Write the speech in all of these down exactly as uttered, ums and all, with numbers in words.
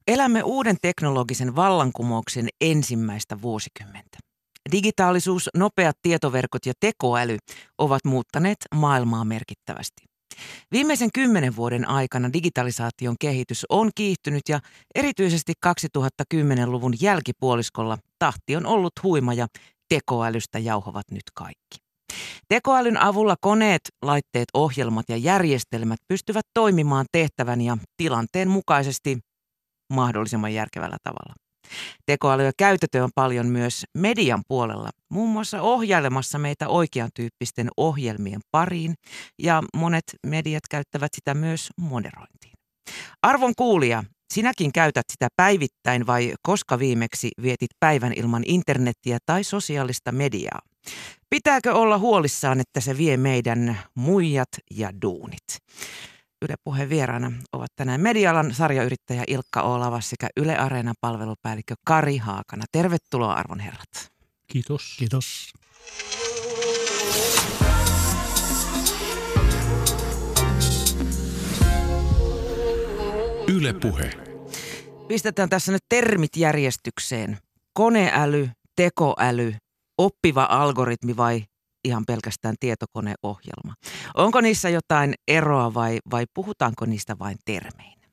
Elämme uuden teknologisen vallankumouksen ensimmäistä vuosikymmentä. Digitaalisuus, nopeat tietoverkot ja tekoäly ovat muuttaneet maailmaa merkittävästi. Viimeisen kymmenen vuoden aikana digitalisaation kehitys on kiihtynyt ja erityisesti kaksituhattakymmenluvun jälkipuoliskolla tahti on ollut huima ja tekoälystä jauhovat nyt kaikki. Tekoälyn avulla koneet, laitteet, ohjelmat ja järjestelmät pystyvät toimimaan tehtävän ja tilanteen mukaisesti mahdollisimman järkevällä tavalla. Tekoälyä käytetään paljon myös median puolella, muun muassa ohjailemassa meitä oikean tyyppisten ohjelmien pariin, ja monet mediat käyttävät sitä myös moderointiin. Arvon kuulija, sinäkin käytät sitä päivittäin vai koska viimeksi vietit päivän ilman internettiä tai sosiaalista mediaa? Pitääkö olla huolissaan, että se vie meidän muijat ja duunit? Yle Puheen vieraana ovat tänään media-alan sarjayrittäjä Ilkka Olavas sekä Yle Areenan palvelupäällikkö Kari Haakana. Tervetuloa arvon herrat. Kiitos. Kiitos. Yle Puhe. Pistetään tässä nyt termit järjestykseen. Koneäly, tekoäly, oppiva algoritmi vai ihan pelkästään tietokoneohjelma. Onko niissä jotain eroa vai, vai puhutaanko niistä vain termeinä?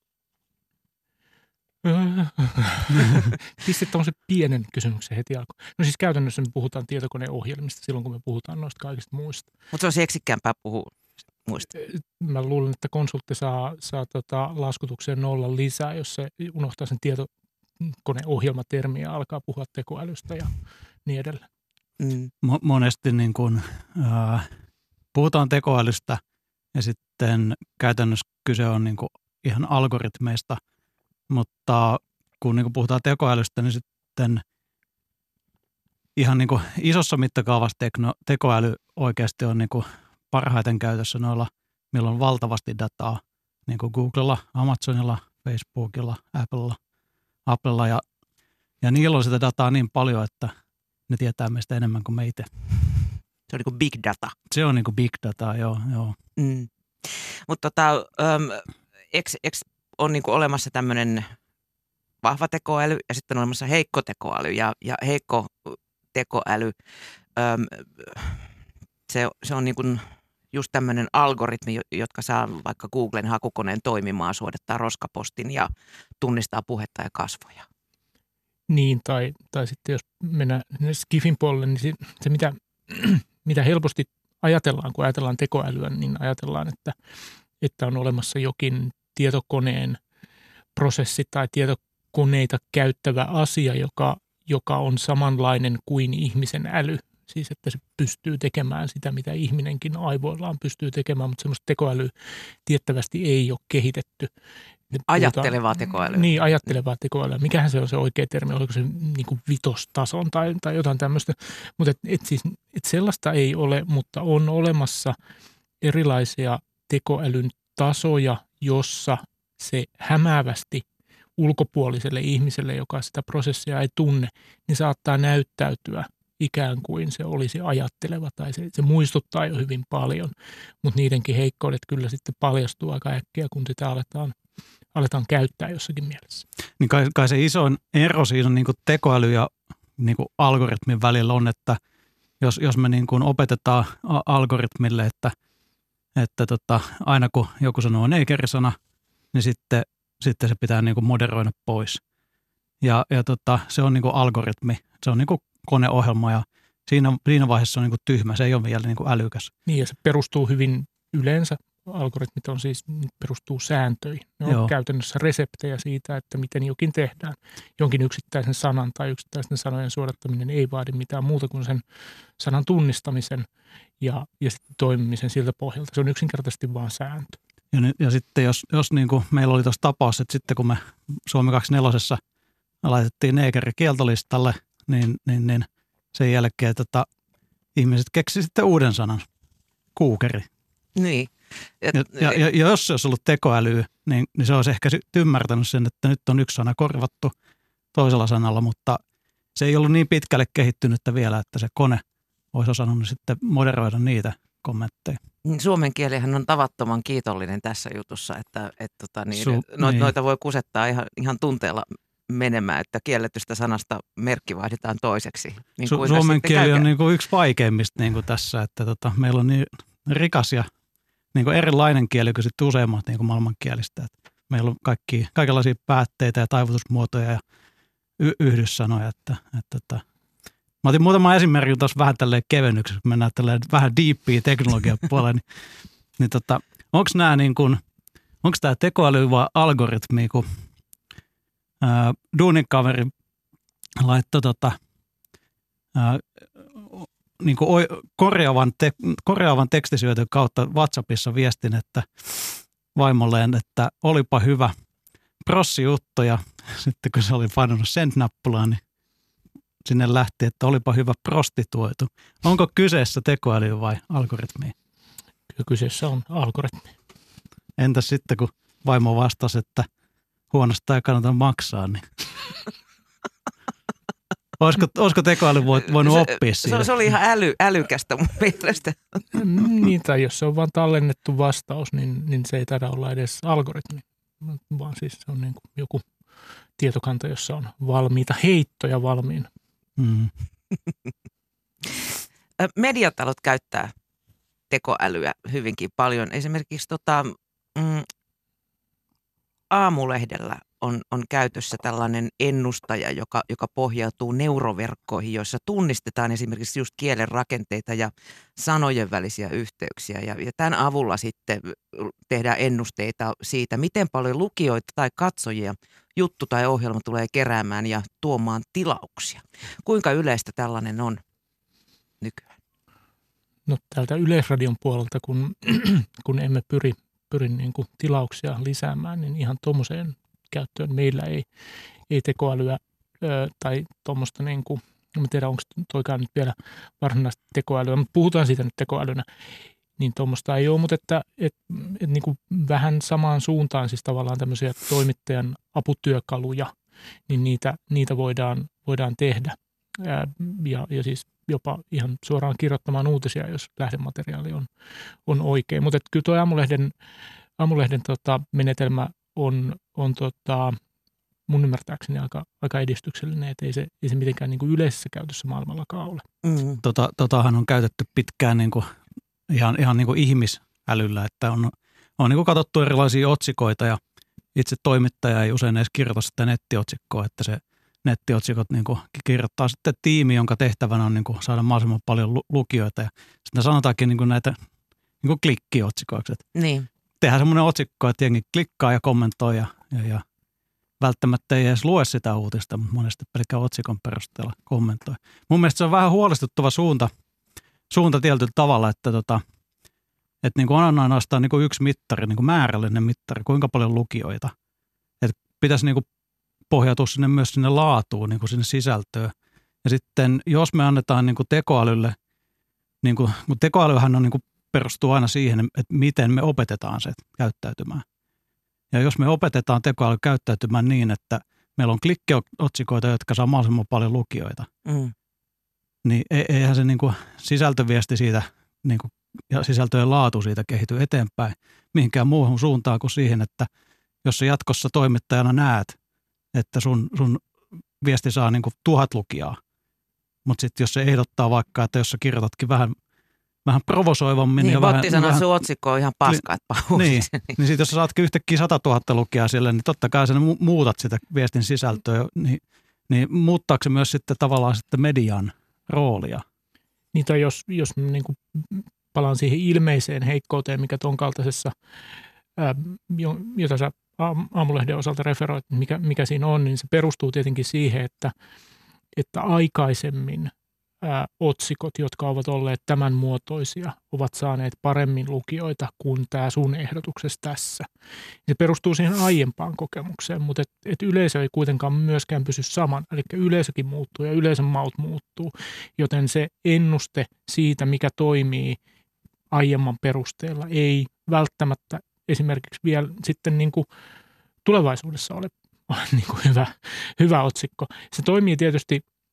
Pistit tuollaisen pienen kysymyksen heti alkuun. No siis käytännössä me puhutaan tietokoneohjelmista silloin, kun me puhutaan noista kaikista muista. Mutta se on seksikkäämpää puhua muista. Mä luulen, että konsultti saa, saa tota laskutukseen nolla lisää, jos se unohtaa sen tietokoneohjelmatermiä ja alkaa puhua tekoälystä ja niin edelleen. Mm. Monesti niin kun, äh, puhutaan tekoälystä ja sitten käytännössä kyse on niin kun ihan algoritmeista, mutta kun niin kun puhutaan tekoälystä, niin sitten ihan niin kun isossa mittakaavassa tekno, tekoäly oikeasti on niin kun parhaiten käytössä noilla, millä on valtavasti dataa, niin kuin Googlella, Amazonilla, Facebookilla, Applella, Applella ja, ja niillä on sitä dataa niin paljon, että ne tietää meistä enemmän kuin me itse. Se on niin kuin big data. Se on niin kuin big data, joo. joo. Mm. Mutta tota, eikö on niin kuin olemassa tämmöinen vahva tekoäly ja sitten on olemassa heikko tekoäly. Ja, ja heikko tekoäly, äm, se, se on niin kuin just tämmöinen algoritmi, jotka saa vaikka Googlen hakukoneen toimimaan, suodattaa roskapostin ja tunnistaa puhetta ja kasvoja. Niin, tai, tai sitten jos mennään Skifin puolelle, niin se, se mitä, mitä helposti ajatellaan, kun ajatellaan tekoälyä, niin ajatellaan, että, että on olemassa jokin tietokoneen prosessi tai tietokoneita käyttävä asia, joka, joka on samanlainen kuin ihmisen äly. Siis, että se pystyy tekemään sitä, mitä ihminenkin aivoillaan pystyy tekemään, mutta semmoista tekoälyä tiettävästi ei ole kehitetty. Ajattelevaa tekoälyä. Niin, ajattelevaa tekoälyä. Mikähän se on se oikea termi? Oliko se niin kuin vitostason tai, tai jotain tämmöistä? Mutta et, et siis, et sellaista ei ole, mutta on olemassa erilaisia tekoälyn tasoja, jossa se hämäävästi ulkopuoliselle ihmiselle, joka sitä prosessia ei tunne, niin saattaa näyttäytyä ikään kuin se olisi ajatteleva tai se, se muistuttaa jo hyvin paljon, mutta niidenkin heikkoudet kyllä sitten paljastuu aika äkkiä, kun sitä aletaan, aletaan käyttää jossakin mielessä. Niin kai, kai se isoin ero siinä niin kuin tekoäly ja niin kuin algoritmin välillä on, että jos, jos me niin kuin opetetaan algoritmille, että, että tota, aina kun joku sanoo neikerisana, niin sitten, sitten se pitää niin kuin moderoida pois. Ja, ja tota, se on niin kuin algoritmi, se on niin kuin koneohjelma ja siinä, siinä vaiheessa se on niin kuin tyhmä, se ei ole vielä niin kuin älykäs. Niin ja se perustuu hyvin yleensä, algoritmit on siis, perustuu sääntöihin. Ne on Joo. käytännössä reseptejä siitä, että miten jokin tehdään. Jonkin yksittäisen sanan tai yksittäisen sanojen suodattaminen ei vaadi mitään muuta kuin sen sanan tunnistamisen ja, ja sitten toimimisen siltä pohjalta. Se on yksinkertaisesti vaan sääntö. Ja, ja sitten jos, jos niin kuin meillä oli tuossa tapaus, että sitten kun me Suomi kaksikymmentäneljä laitettiin neekeri kieltolistalle, Niin, niin, niin sen jälkeen tota, ihmiset keksi sitten uuden sanan, kuukeri. Niin. Ja, ja, ja, ja jos se olisi ollut tekoälyä, niin, niin se olisi ehkä ymmärtänyt sen, että nyt on yksi sana korvattu toisella sanalla, mutta se ei ollut niin pitkälle kehittynyttä vielä, että se kone olisi osannut sitten moderoida niitä kommentteja. Suomen kielihän on tavattoman kiitollinen tässä jutussa, että et, tota, niin, Su- noit, niin. noita voi kusettaa ihan, ihan tunteella menemään, että kielletystä sanasta merkki vaihdetaan toiseksi. Niin Su- Suomen kieli on niin kuin yksi vaikeimmista niin kuin tässä, että tota, meillä on niin rikas ja niin kuin erilainen kieli kuin sitten useimmat niin kuin maailmankielistä. Että meillä on kaikki, kaikenlaisia päätteitä ja taivutusmuotoja ja y- yhdyssanoja. Että, että, että. Mä otin muutaman esimerkin taas vähän tälleen kevennyksessä, kun mennään tälleen vähän diippiä teknologian puolelle. Niin, niin tota, onko nämä niin kuin, onko tämä tekoäly vai algoritmi, kun ää, duunikaveri laittoi tota, ää, niin kuin korjaavan, te, korjaavan tekstisyötön kautta WhatsAppissa viestin, että vaimolleen, että olipa hyvä prossijuttu, ja sitten kun se oli painanut send-nappulaa, niin sinne lähti, että olipa hyvä prostituoitu. Onko kyseessä tekoäly vai algoritmi? Kyllä kyseessä on algoritmi. Entäs sitten, kun vaimo vastasi, että huonosta ei kannata maksaa, niin olisiko, olisiko tekoäly voinut se, oppia siitä? Se, se oli ihan äly, älykästä mun mielestä. Niin, tai jos se on vain tallennettu vastaus, niin, niin se ei taida olla edes algoritmi, vaan siis se on niin kuin joku tietokanta, jossa on valmiita heittoja valmiina. Mm. Mediatalot käyttää tekoälyä hyvinkin paljon. Esimerkiksi tota, mm, Aamulehdellä on, on käytössä tällainen ennustaja, joka, joka pohjautuu neuroverkkoihin, joissa tunnistetaan esimerkiksi just kielen rakenteita ja sanojen välisiä yhteyksiä. Ja, ja tämän avulla sitten tehdään ennusteita siitä, miten paljon lukijoita tai katsojia juttu tai ohjelma tulee keräämään ja tuomaan tilauksia. Kuinka yleistä tällainen on nykyään? No täältä Yleisradion puolelta, kun, kun emme pyri, pyri niin kuin tilauksia lisäämään, niin ihan tuommoiseen käyttöön meillä ei, ei tekoälyä ö, tai tuommoista, niin kuin, en tiedä onko toikaan nyt vielä varsinaista tekoälyä, mutta puhutaan siitä nyt tekoälynä, niin tuommoista ei ole, mutta että et, et niin kuin vähän samaan suuntaan siis tavallaan tämmöisiä toimittajan aputyökaluja, niin niitä, niitä voidaan, voidaan tehdä Ää, ja, ja siis jopa ihan suoraan kirjoittamaan uutisia, jos lähdemateriaali on, on oikein. Mutta kyllä tuo Aamulehden, Aamulehden tota, menetelmä on, on tota, mun ymmärtääkseni aika, aika edistyksellinen, että ei se, ei se mitenkään niin kuin yleisessä käytössä maailmallakaan ole. Mm. Tota, totahan on käytetty pitkään niin kuin, ihan, ihan niin kuin ihmisälyllä, että on, on niin kuin katsottu erilaisia otsikoita ja itse toimittaja ei usein edes kirjoita sitä nettiotsikkoa, että se nettiotsikot niin kuin kirjoittaa sitten tiimi, jonka tehtävänä on niin kuin saada mahdollisimman paljon lukijoita. Ja sitten sanotaankin niin kuin näitä niin kuin klikkiotsikoiksi. Niin. Tehdään semmoinen otsikko, että jengi klikkaa ja kommentoi ja, ja, ja välttämättä ei edes lue sitä uutista, mutta monesti pelkkä otsikon perusteella kommentoi. Mun mielestä se on vähän huolestuttava suunta, suunta tietyllä tavalla, että, tota, että niin kuin on ainoastaan niin kuin yksi mittari, niin kuin määrällinen mittari, kuinka paljon lukijoita. Että pitäisi niin kuin pohjautua sinne myös sinne laatuun, niin kuin sinne sisältöön. Ja sitten jos me annetaan niin kuin tekoälylle, niin kuin, kun tekoälyhän on, niin kuin perustuu aina siihen, että miten me opetetaan se käyttäytymään. Ja jos me opetetaan tekoäly käyttäytymään niin, että meillä on klikkiotsikoita, jotka saa mahdollisimman paljon lukijoita, mm. niin eihän se niin kuin sisältöviesti siitä niin kuin, ja sisältöjen laatu siitä kehity eteenpäin mihinkään muuhun suuntaan kuin siihen, että jos sä jatkossa toimittajana näet, että sun, sun viesti saa niin kuin tuhat lukijaa. Mutta sitten jos se ehdottaa vaikka, että jos sä kirjoitatkin vähän, vähän provosoivammin. Niin, ja botti sanoo, että sun otsikko on ihan paska, että pahuusit. Niin, niin sitten jos sä saatkin yhtäkkiä sata tuhatta lukijaa sille, niin totta kai sä muutat sitä viestin sisältöä, niin, niin muuttaako se myös sitten tavallaan sitten median roolia? Niin tai jos, jos niin kuin palaan siihen ilmeiseen heikkouteen, mikä ton kaltaisessa, ää, jota sä Aamulehden osalta referoit, mikä, mikä siinä on, niin se perustuu tietenkin siihen, että, että aikaisemmin ää, otsikot, jotka ovat olleet tämän muotoisia, ovat saaneet paremmin lukijoita kuin tämä sun ehdotuksessa tässä. Se perustuu siihen aiempaan kokemukseen, mutta et, et yleisö ei kuitenkaan myöskään pysy saman, eli yleisökin muuttuu ja yleisön maut muuttuu, joten se ennuste siitä, mikä toimii aiemman perusteella, ei välttämättä esimerkiksi vielä sitten niin kuin tulevaisuudessa ole, ole niin kuin hyvä, hyvä otsikko. Se toimii tietysti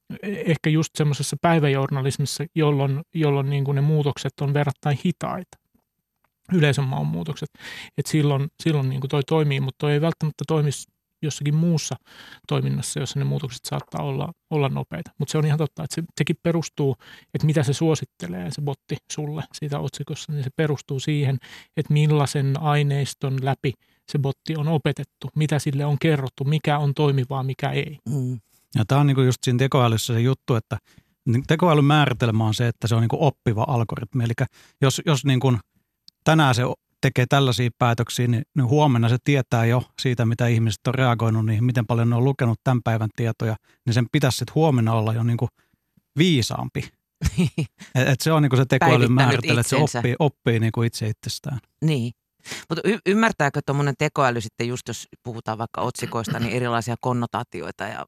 ehkä just semmoisessa päiväjournalismissa, jolloin, jolloin niin kuin ne muutokset on verrattain hitaita, yleisön maun muutokset. Et silloin silloin niin kuin toi toimii, mutta toi ei välttämättä toimisi jossakin muussa toiminnassa, jossa ne muutokset saattaa olla, olla nopeita. Mutta se on ihan totta, että se, sekin perustuu, että mitä se suosittelee, se botti sulle siitä otsikossa, niin se perustuu siihen, että millaisen aineiston läpi se botti on opetettu, mitä sille on kerrottu, mikä on toimivaa, mikä ei. Mm. Ja tämä on niinku just siinä tekoälyssä se juttu, että tekoälyn määritelmä on se, että se on niinku oppiva algoritmi. Eli jos, jos niinku tänään se tekee tällaisia päätöksiä, niin, niin huomenna se tietää jo siitä, mitä ihmiset on reagoinut niihin, miten paljon ne on lukenut tämän päivän tietoja, niin sen pitäisi sitten huomenna olla jo niinku viisaampi. et, et se on niinku se tekoälyn määrittely, että se oppii, oppii niinku itse itsestään. Niin. Mutta y- ymmärtääkö tuommoinen tekoäly sitten, just jos puhutaan vaikka otsikoista, niin erilaisia konnotaatioita ja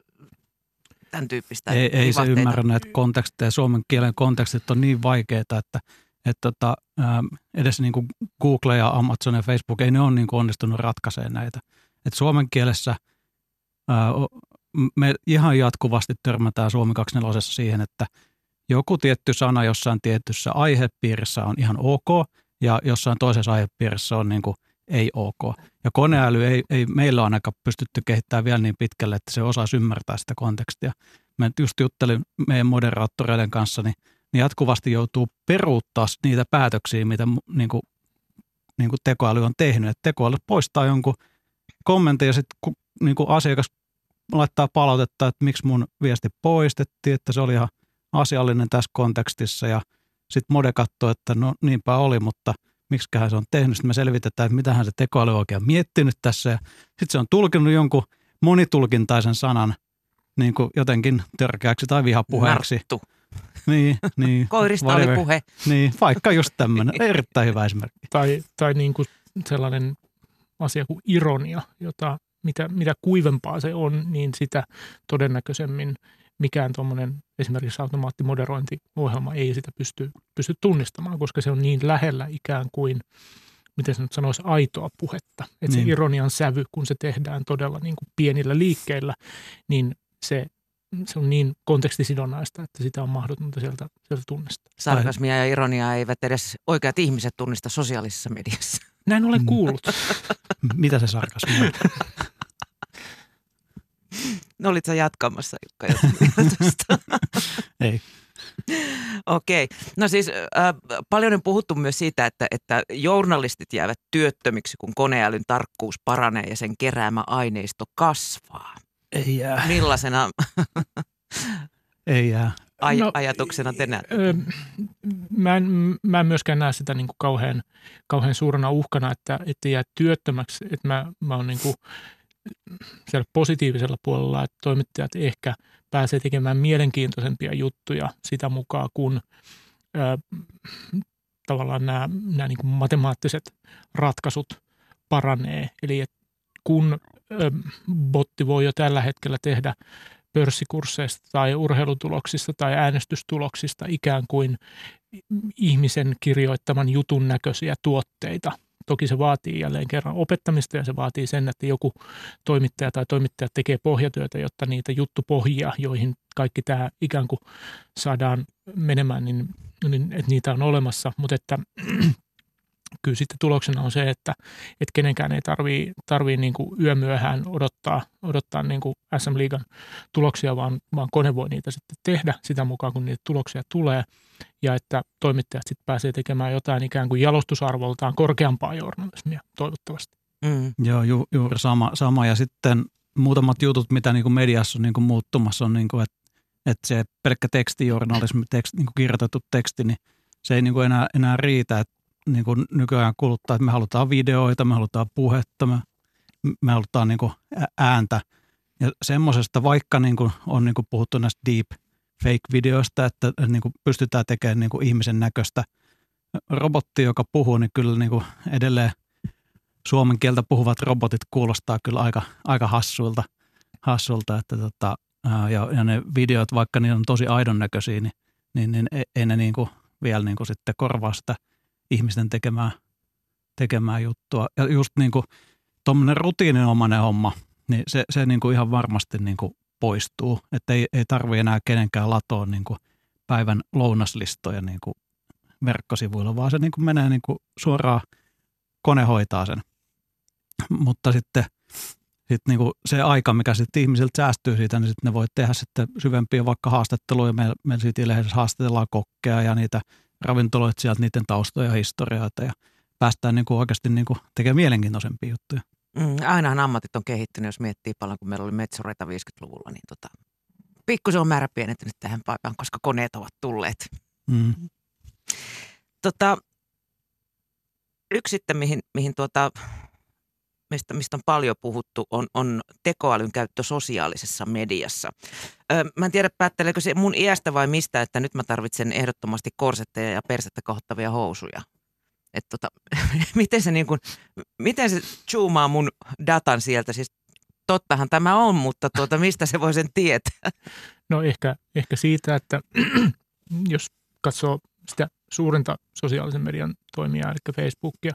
tämän tyyppistä? Ei, ei se ymmärrä näitä konteksteja. Suomen kielen kontekstit on niin vaikeita, että että tota, edes niin kuin Google ja Amazon ja Facebook, ei ne ole niin kuin onnistunut ratkaisemaan näitä. Et suomen kielessä ää, me ihan jatkuvasti törmätään Suomi kaksikymmentäneljä siihen, että joku tietty sana jossain tietyssä aihepiirissä on ihan ok, ja jossain toisessa aihepiirissä on niin kuin ei ok. Ja koneäly ei, ei meillä on ainakaan pystytty kehittämään vielä niin pitkälle, että se osaisi ymmärtää sitä kontekstia. Mä just juttelin meidän moderaattoreiden kanssa, niin niin jatkuvasti joutuu peruuttaa niitä päätöksiä, mitä niin kuin, niin kuin tekoäly on tehnyt. Et tekoäly poistaa jonkun kommentin ja sitten niin kuin asiakas laittaa palautetta, että miksi mun viesti poistettiin, että se oli ihan asiallinen tässä kontekstissa. Ja sitten mode katsoo, että no niinpä oli, mutta miksiköhän se on tehnyt. Sitten me selvitetään, että mitähän se tekoäly on oikein miettinyt tässä. Ja sitten se on tulkinut jonkun monitulkintaisen sanan niin kuin jotenkin törkeäksi tai vihapuheeksi. Narttu. Niin, niin. Koirista whatever. Oli puhe. Niin, vaikka just tämmöinen. Erittäin hyvä esimerkki. Tai, tai niin kuin sellainen asia kuin ironia, jota mitä, mitä kuivempaa se on, niin sitä todennäköisemmin mikään tuommoinen esimerkiksi automaattimoderointiohjelma ei sitä pysty, pysty tunnistamaan, koska se on niin lähellä ikään kuin, miten se nyt sanoisi, aitoa puhetta. Että niin. Se ironian sävy, kun se tehdään todella niin kuin pienillä liikkeillä, niin se Se on niin kontekstisidonnaista, että sitä on mahdotonta sieltä, sieltä tunnistaa. Sarkasmia ja ironiaa eivät edes oikeat ihmiset tunnista sosiaalisessa mediassa. Näin olen kuullut. Mitä se sarkasmi on? No olit sä jatkamassa, Jukka, jotain Ei. Okei. No siis äh, paljon on puhuttu myös siitä, että, että journalistit jäävät työttömiksi, kun koneälyn tarkkuus paranee ja sen keräämä aineisto kasvaa. Ei jää. Millaisena Ei jää. Aj- no, ajatuksena te näette? Öö, mä, en, mä en myöskään näe sitä niin kuin kauhean, kauhean suurena uhkana, että, että jää työttömäksi. Että mä, mä oon niin kuin siellä positiivisella puolella, että toimittajat ehkä pääsee tekemään mielenkiintoisempia juttuja sitä mukaan, kun ö, tavallaan nämä, nämä niin kuin matemaattiset ratkaisut paranee. Eli että kun ö, botti voi jo tällä hetkellä tehdä pörssikursseista tai urheilutuloksista tai äänestystuloksista ikään kuin ihmisen kirjoittaman jutun näköisiä tuotteita. Toki se vaatii jälleen kerran opettamista ja se vaatii sen, että joku toimittaja tai toimittajat tekee pohjatyötä, jotta niitä juttupohjia, joihin kaikki tämä ikään kuin saadaan menemään, niin, niin että niitä on olemassa. Mutta että kyllä sitten tuloksena on se, että, että kenenkään ei tarvitse tarvii niin kuin yömyöhään odottaa, odottaa niin kuin S M-liigan tuloksia, vaan, vaan kone voi niitä sitten tehdä sitä mukaan, kun niitä tuloksia tulee. Ja että toimittajat sitten pääsee tekemään jotain ikään kuin jalostusarvoltaan korkeampaa journalismia toivottavasti. Mm. Joo, ju, juuri sama, sama. Ja sitten muutamat jutut, mitä niin kuin mediassa on niin kuin muuttumassa, on, niin kuin, että, että se pelkkä tekstijournalismi, teksti, niin kuin kirjoitettu teksti, niin se ei niin kuin enää, enää riitä. Että niin kuin nykyään kuluttaa, että me halutaan videoita, me halutaan puhetta, me, me halutaan niin kuin ääntä. Ja semmoisesta, vaikka niin kuin on niin kuin puhuttu näistä deep fake-videoista, että niin kuin pystytään tekemään niin kuin ihmisen näköistä robotti, joka puhuu, niin kyllä niin kuin edelleen suomen kieltä puhuvat robotit kuulostaa kyllä aika, aika hassuilta, hassulta, että tota, ja, ja ne videot, vaikka ne on tosi aidon näköisiä, niin, niin, niin ei ne niin kuin vielä niin kuin sitten korvaa sitä ihmisten tekemää, tekemää juttua. Ja just niin kuin tuommoinen rutiininomainen homma, niin se, se niin kuin ihan varmasti niin kuin poistuu, että ei, ei tarvitse enää kenenkään latoa niin kuin päivän lounaslistoja niin kuin verkkosivuilla, vaan se niin kuin menee niin kuin suoraan, kone hoitaa sen. Mutta sitten sit niin kuin se aika, mikä sitten ihmisiltä säästyy siitä, niin sitten ne voi tehdä sitten syvempiä vaikka haastatteluja. Meillä meil siitä Ilheisessä haastatellaan kokkeja ja niitä ravintoloita sieltä, niiden taustoja ja historioita ja päästään niin kuin oikeasti niin kuin tekemään mielenkiintoisempia juttuja. Mm, ainahan ammatit on kehittynyt, jos miettii paljon, kun meillä oli metsureita viisikymmentäluvulla, niin tota, pikkusen on määrä pienentynyt tähän paikkaan, koska koneet ovat tulleet. Mm. Tota, yksi sitten, mihin, mihin tuota, mistä, mistä on paljon puhuttu, on, on tekoälyn käyttö sosiaalisessa mediassa. Öö, mä en tiedä, päätteleekö se mun iästä vai mistä, että nyt mä tarvitsen ehdottomasti korsetteja ja persettä kohottavia housuja. Että tota, miten se niin kuin, miten se zoomaa mun datan sieltä? Siis tottahan tämä on, mutta tuota, mistä se voi sen tietää? No ehkä, ehkä siitä, että jos katsoo sitä suurinta sosiaalisen median toimijaa, eli Facebookia,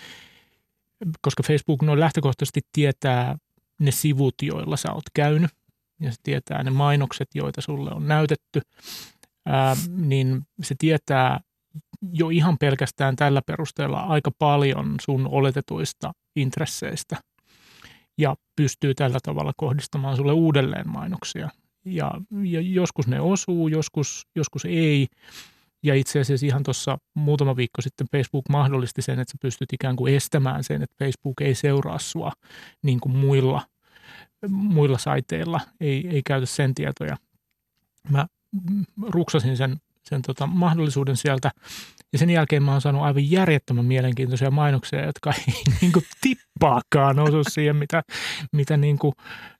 koska Facebook noin lähtökohtaisesti tietää ne sivut, joilla sä oot käynyt, ja se tietää ne mainokset, joita sulle on näytetty, ää, niin se tietää jo ihan pelkästään tällä perusteella aika paljon sun oletetuista intresseistä ja pystyy tällä tavalla kohdistamaan sulle uudelleen mainoksia. Ja, ja joskus ne osuu, joskus, joskus ei. Ja itse asiassa ihan tuossa muutama viikko sitten Facebook mahdollisti sen, että sä pystyt ikään kuin estämään sen, että Facebook ei seuraa sua niin kuin muilla, muilla saiteilla, ei, ei käytä sen tietoja. Mä ruksasin sen, sen tota mahdollisuuden sieltä ja sen jälkeen mä oon saanut aivan järjettömän mielenkiintoisia mainoksia, jotka ei niin kuin tippaakaan osu siihen, mitä, mitä niin kuin,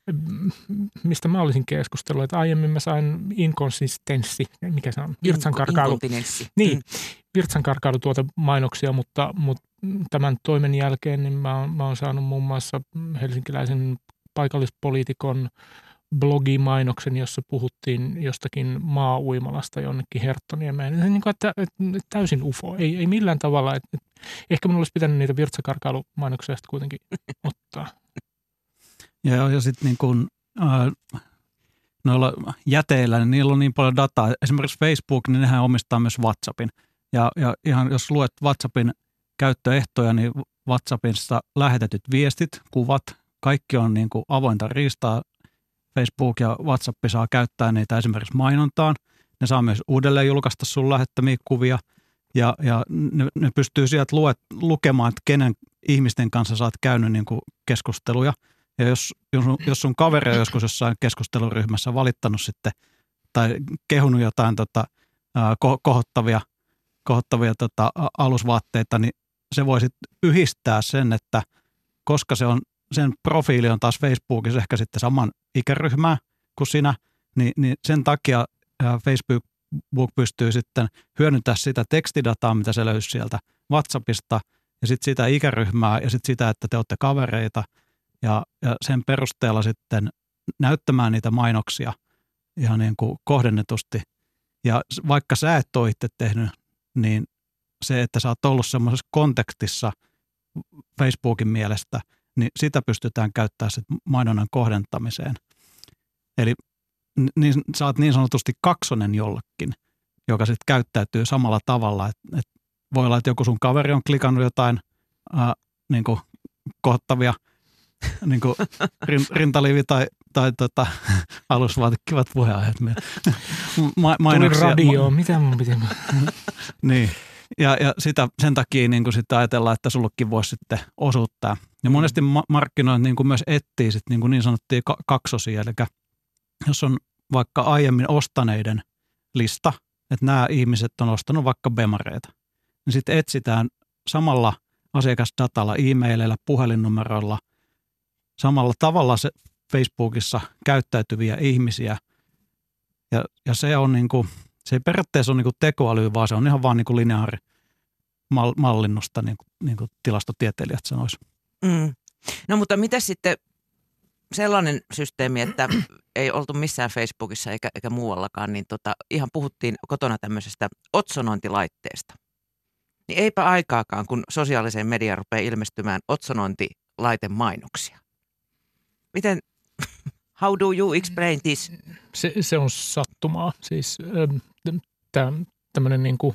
mistä mä olisin keskustellut. Että aiemmin mä sain inkonsistenssi, mikä se on, virtsankarkailu. Niin, mm. virtsankarkailutuote mainoksia, mutta, mutta tämän toimen jälkeen niin mä, oon, mä oon saanut muun muassa helsinkiläisen paikallispoliitikon blogimainoksen, jossa puhuttiin jostakin maa-uimalasta jonnekin Herttoniemeen. Se niin kuin, että, että täysin ufo. Ei, ei millään tavalla. Että, että ehkä mun olisi pitänyt niitä virtsakarkailumainoksia sitten kuitenkin ottaa. Ja, ja sitten niin kuin äh, noilla jäteillä, niin niillä on niin paljon dataa. Esimerkiksi Facebook, niin nehän omistaa myös WhatsAppin. Ja, ja ihan jos luet WhatsAppin käyttöehtoja, niin WhatsAppissa lähetetyt viestit, kuvat, kaikki on niin kuin avointa riistaa. Facebook ja WhatsApp saa käyttää niitä esimerkiksi mainontaan. Ne saa myös uudelleen julkaista sun lähettämiä kuvia ja, ja ne, ne pystyy sieltä luet, lukemaan, että kenen ihmisten kanssa sä oot käynyt niin kuin keskusteluja. Ja jos, jos sun kaveri on joskus jossain keskusteluryhmässä valittanut sitten tai kehunut jotain tota, ko, kohottavia, kohottavia tota, alusvaatteita, niin se voi sitten yhdistää sen, että koska se on sen profiili on taas Facebookissa ehkä sitten saman ikäryhmää kuin sinä, niin, niin sen takia Facebook pystyy sitten hyödyntämään sitä tekstidataa, mitä se löysi sieltä WhatsAppista, ja sitten sitä ikäryhmää, ja sitten sitä, että te olette kavereita, ja, ja sen perusteella sitten näyttämään niitä mainoksia ihan niin kuin kohdennetusti. Ja vaikka sä et ole itse tehnyt, niin se, että sä oot ollut semmoisessa kontekstissa Facebookin mielestä, niin sitä pystytään käyttämään sit mainonnan kohdentamiseen. Eli niin, sä oot niin sanotusti kaksonen jollekin, joka sitten käyttäytyy samalla tavalla. Et, et voi olla, että joku sun kaveri on klikannut jotain ää, niin kuin kohottavia niin kuin rintaliivi tai, tai tota, alusvaatekivat puheenaiheet. Ma- mainoksia. Tuli radio, mitä mun piti? Niin. Ja, ja sitä, sen takia niin kuin sitten ajatellaan, että sullekin voisi sitten osuuttaa. Ja monesti ma- markkinoit niin kuin myös etsii sit niin, kuin niin sanottuja ka- kaksosia. Eli jos on vaikka aiemmin ostaneiden lista, että nämä ihmiset on ostanut vaikka bemareita, niin sitten etsitään samalla asiakasdatalla, e-maileilla, puhelinnumeroilla, samalla tavalla se Facebookissa käyttäytyviä ihmisiä. Ja, ja se on niin kuin, se ei periaatteessa ole niin kuin tekoäly, vaan se on ihan vaan niin kuin lineaari mallinnusta, niin kuin, niin kuin tilastotieteilijät sanois. Mm. No mutta mitä sitten sellainen systeemi, että ei oltu missään Facebookissa eikä, eikä muuallakaan, niin tota, ihan puhuttiin kotona tämmöisestä otsonointilaitteesta. Niin eipä aikaakaan, kun sosiaaliseen mediaan rupeaa ilmestymään otsonointilaitemainoksia. Miten, How do you explain this? Se, se on sattumaa. Siis tämmöinen niin kuin,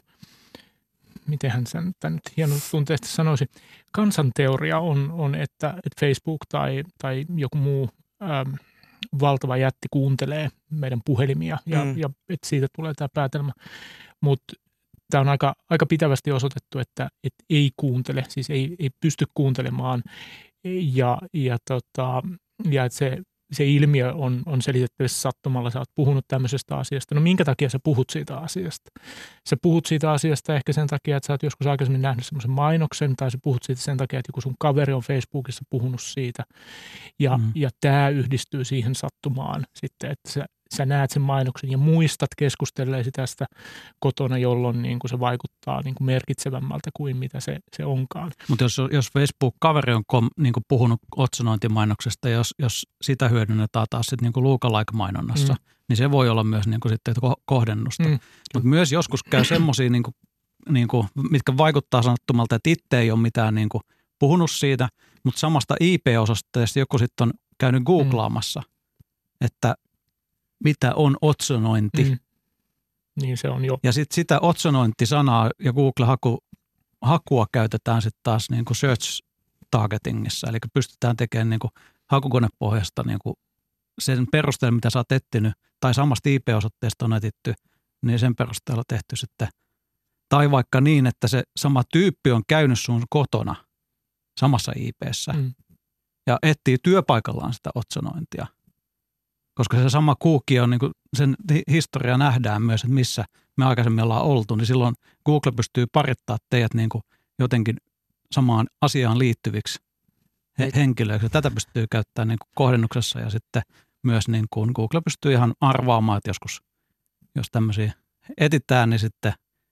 mitenhän sen tämän nyt hienon tunteesti sanoisi, kansanteoria on, on että, että Facebook tai, tai joku muu äm, valtava jätti kuuntelee meidän puhelimia ja, mm. ja että siitä tulee tämä päätelmä. Mutta tämä on aika, aika pitävästi osoitettu, että, että ei kuuntele, siis ei, ei pysty kuuntelemaan ja, ja, tota, ja että se, se ilmiö on, on selitettävissä sattumalla. Sä oot puhunut tämmöisestä asiasta. No minkä takia sä puhut siitä asiasta? Sä puhut siitä asiasta ehkä sen takia, että sä oot joskus aikaisemmin nähnyt semmoisen mainoksen tai sä puhut siitä sen takia, että joku sun kaveri on Facebookissa puhunut siitä. Ja, mm. ja tämä yhdistyy siihen sattumaan sitten, että sä, sä näet sen mainoksen ja muistat keskustelleesi tästä kotona, jolloin niin kuin se vaikuttaa niin kuin merkitsevämmältä kuin mitä se, se onkaan. Mutta jos, jos Facebook-kaveri on kom, niin kuin puhunut otsonointimainoksesta, jos, jos sitä hyödynnetään taas sitten niin kuin lookalike-mainonnassa, mm. niin se voi olla myös niin kuin sitten kohdennusta. Mm. Mutta myös joskus käy semmoisia, niin kuin, niin kuin, mitkä vaikuttaa sanottomalta, että itse ei ole mitään niin kuin puhunut siitä, mutta samasta I P-osoitteesta joku sitten on käynyt googlaamassa, mm. että mitä on otsonointi. Mm. Niin se on jo. Ja sitten sitä otsonointisanaa ja Google-haku, hakua käytetään sitten taas niin kuin search targetingissa. Eli pystytään tekemään niin kuin hakukonepohjasta niin kuin sen perusteella, mitä sä oot etsinyt, tai samasta I P-osoitteesta on etsitty, niin sen perusteella tehty sitten. Tai vaikka niin, että se sama tyyppi on käynyt sun kotona samassa I P:ssä mm. ja etsii työpaikallaan sitä otsonointia. Koska se sama kuukki on, niin kuin sen historia nähdään myös, että missä me aikaisemmin ollaan oltu, niin silloin Google pystyy parittamaan teidät niin kuin jotenkin samaan asiaan liittyviksi he- henkilöiksi. Tätä pystyy käyttämään niin kuin kohdennuksessa ja sitten myös niin kuin Google pystyy ihan arvaamaan, että joskus, jos tämmöisiä etitään, niin sitten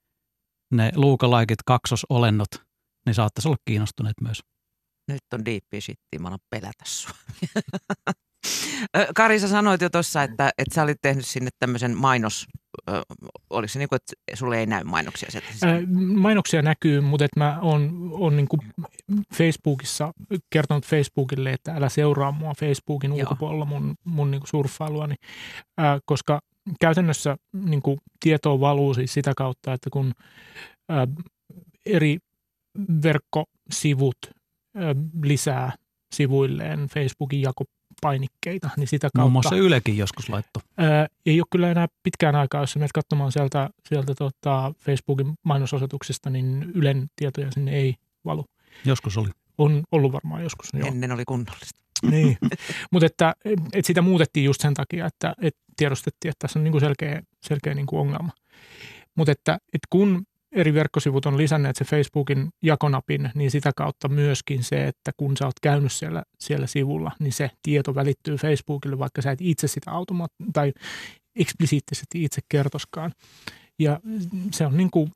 ne lookalikeit, kaksosolennot, niin saattaisi olla kiinnostuneet myös. Nyt on deepi shittiä, mä alan pelätä sua. Kari, sä sanoit jo tuossa, että, että sä olit tehnyt sinne tämmöisen mainos, ö, oliko se niin kuin, että sulle ei näy mainoksia sieltä? Ää, mainoksia näkyy, mutta että mä oon, oon niin kuin Facebookissa kertonut Facebookille, että älä seuraa mua Facebookin Joo. ulkopuolella mun, mun niin kuin surffailuani, ää, koska käytännössä niin kuin tietoa valuu siis sitä kautta, että kun ää, eri verkkosivut ää, lisää sivuilleen Facebookin jakopainikkeita, niin sitä kautta. Muun muassa Ylekin joskus laittoi. Ää, ei ole kyllä enää pitkään aikaa, jos menet katsomaan sieltä, sieltä tota Facebookin mainososoituksesta, niin Ylen tietoja sinne ei valu. Joskus oli. On ollut varmaan joskus. Jo. Ennen oli kunnollista. Niin, mutta että, että sitä muutettiin just sen takia, että, että tiedostettiin, että tässä on niin kuin selkeä, selkeä niin kuin ongelma. Mutta että, että kun eri verkkosivut on lisänneet se Facebookin jakonapin, niin sitä kautta myöskin se, että kun sä oot käynyt siellä, siellä sivulla, niin se tieto välittyy Facebookille, vaikka sä et itse sitä automaat- tai eksplisiittisesti itse kertoskaan. Ja se on, niin kuin,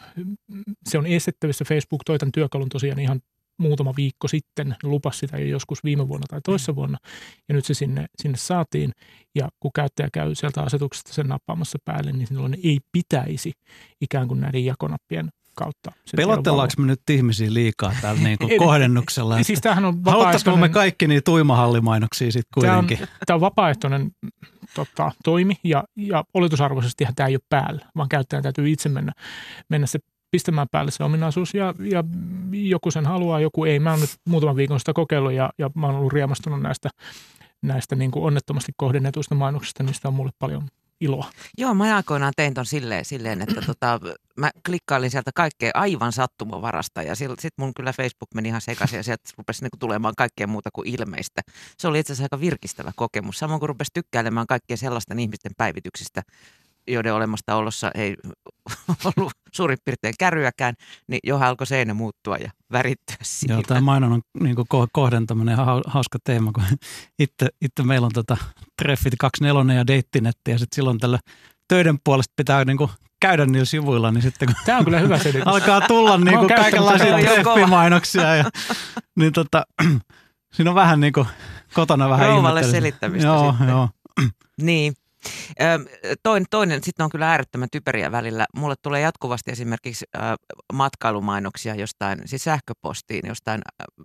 se on estettävissä. Facebook toi tämän työkalun tosiaan ihan muutama viikko sitten, lupasi sitä jo joskus viime vuonna tai toissa vuonna, ja nyt se sinne, sinne saatiin, ja kun käyttäjä käy sieltä asetuksesta sen nappaamassa päälle, niin silloin ei pitäisi ikään kuin näiden jakonappien kautta. Pelotellaanko me nyt ihmisiä liikaa täällä niin kuin kohdennuksella? Siis tämähän on haluttaisiko me kaikki niitä tuimahallimainoksia sitten kuitenkin? Tämä on, tämä on vapaaehtoinen tota, toimi, ja, ja oletusarvoisestihan tämä ei ole päällä, vaan käyttäjän täytyy itse mennä, mennä se pistämään päälle se ominaisuus, ja, ja joku sen haluaa, joku ei. Mä oon nyt muutaman viikon sitä kokeillut, ja, ja mä oon ollut riemastunut näistä, näistä niin kuin onnettomasti kohdennetuista mainoksista, niistä on mulle paljon iloa. Joo, mä aikoinaan tein ton silleen, silleen että tota, mä klikkailin sieltä kaikkea aivan sattumavarasta, ja sitten mun kyllä Facebook meni ihan sekaisin, ja sieltä rupesi niinku tulemaan kaikkea muuta kuin ilmeistä. Se oli itse asiassa aika virkistävä kokemus. Samoin kun rupesi tykkäilemään kaikkien sellaisten ihmisten päivityksistä, joiden olemasta olossa ei ollut suurin piirtein kärryäkään, niin johon alkoi seinä muuttua ja värittyä siinä. Joo, tämä mainonnan niin kohdentaminen on hauska teema, kun itse, itse meillä on tota treffit kaksikymmentäneljä ja deittinetti, ja sitten silloin tällä töiden puolesta pitää niin kuin käydä niillä sivuilla, niin sitten kun tämä on kyllä hyvä selitys. alkaa tulla niin kuin kaikenlaisia treffimainoksia, ja, niin tota, siinä on vähän niin kuin kotona vähän rouvalle selittämistä joo, sitten. Joo. Niin. Toinen, toinen sitten on kyllä äärettömän typeriä välillä. Mulle tulee jatkuvasti esimerkiksi äh, matkailumainoksia jostain, siis sähköpostiin jostain äh,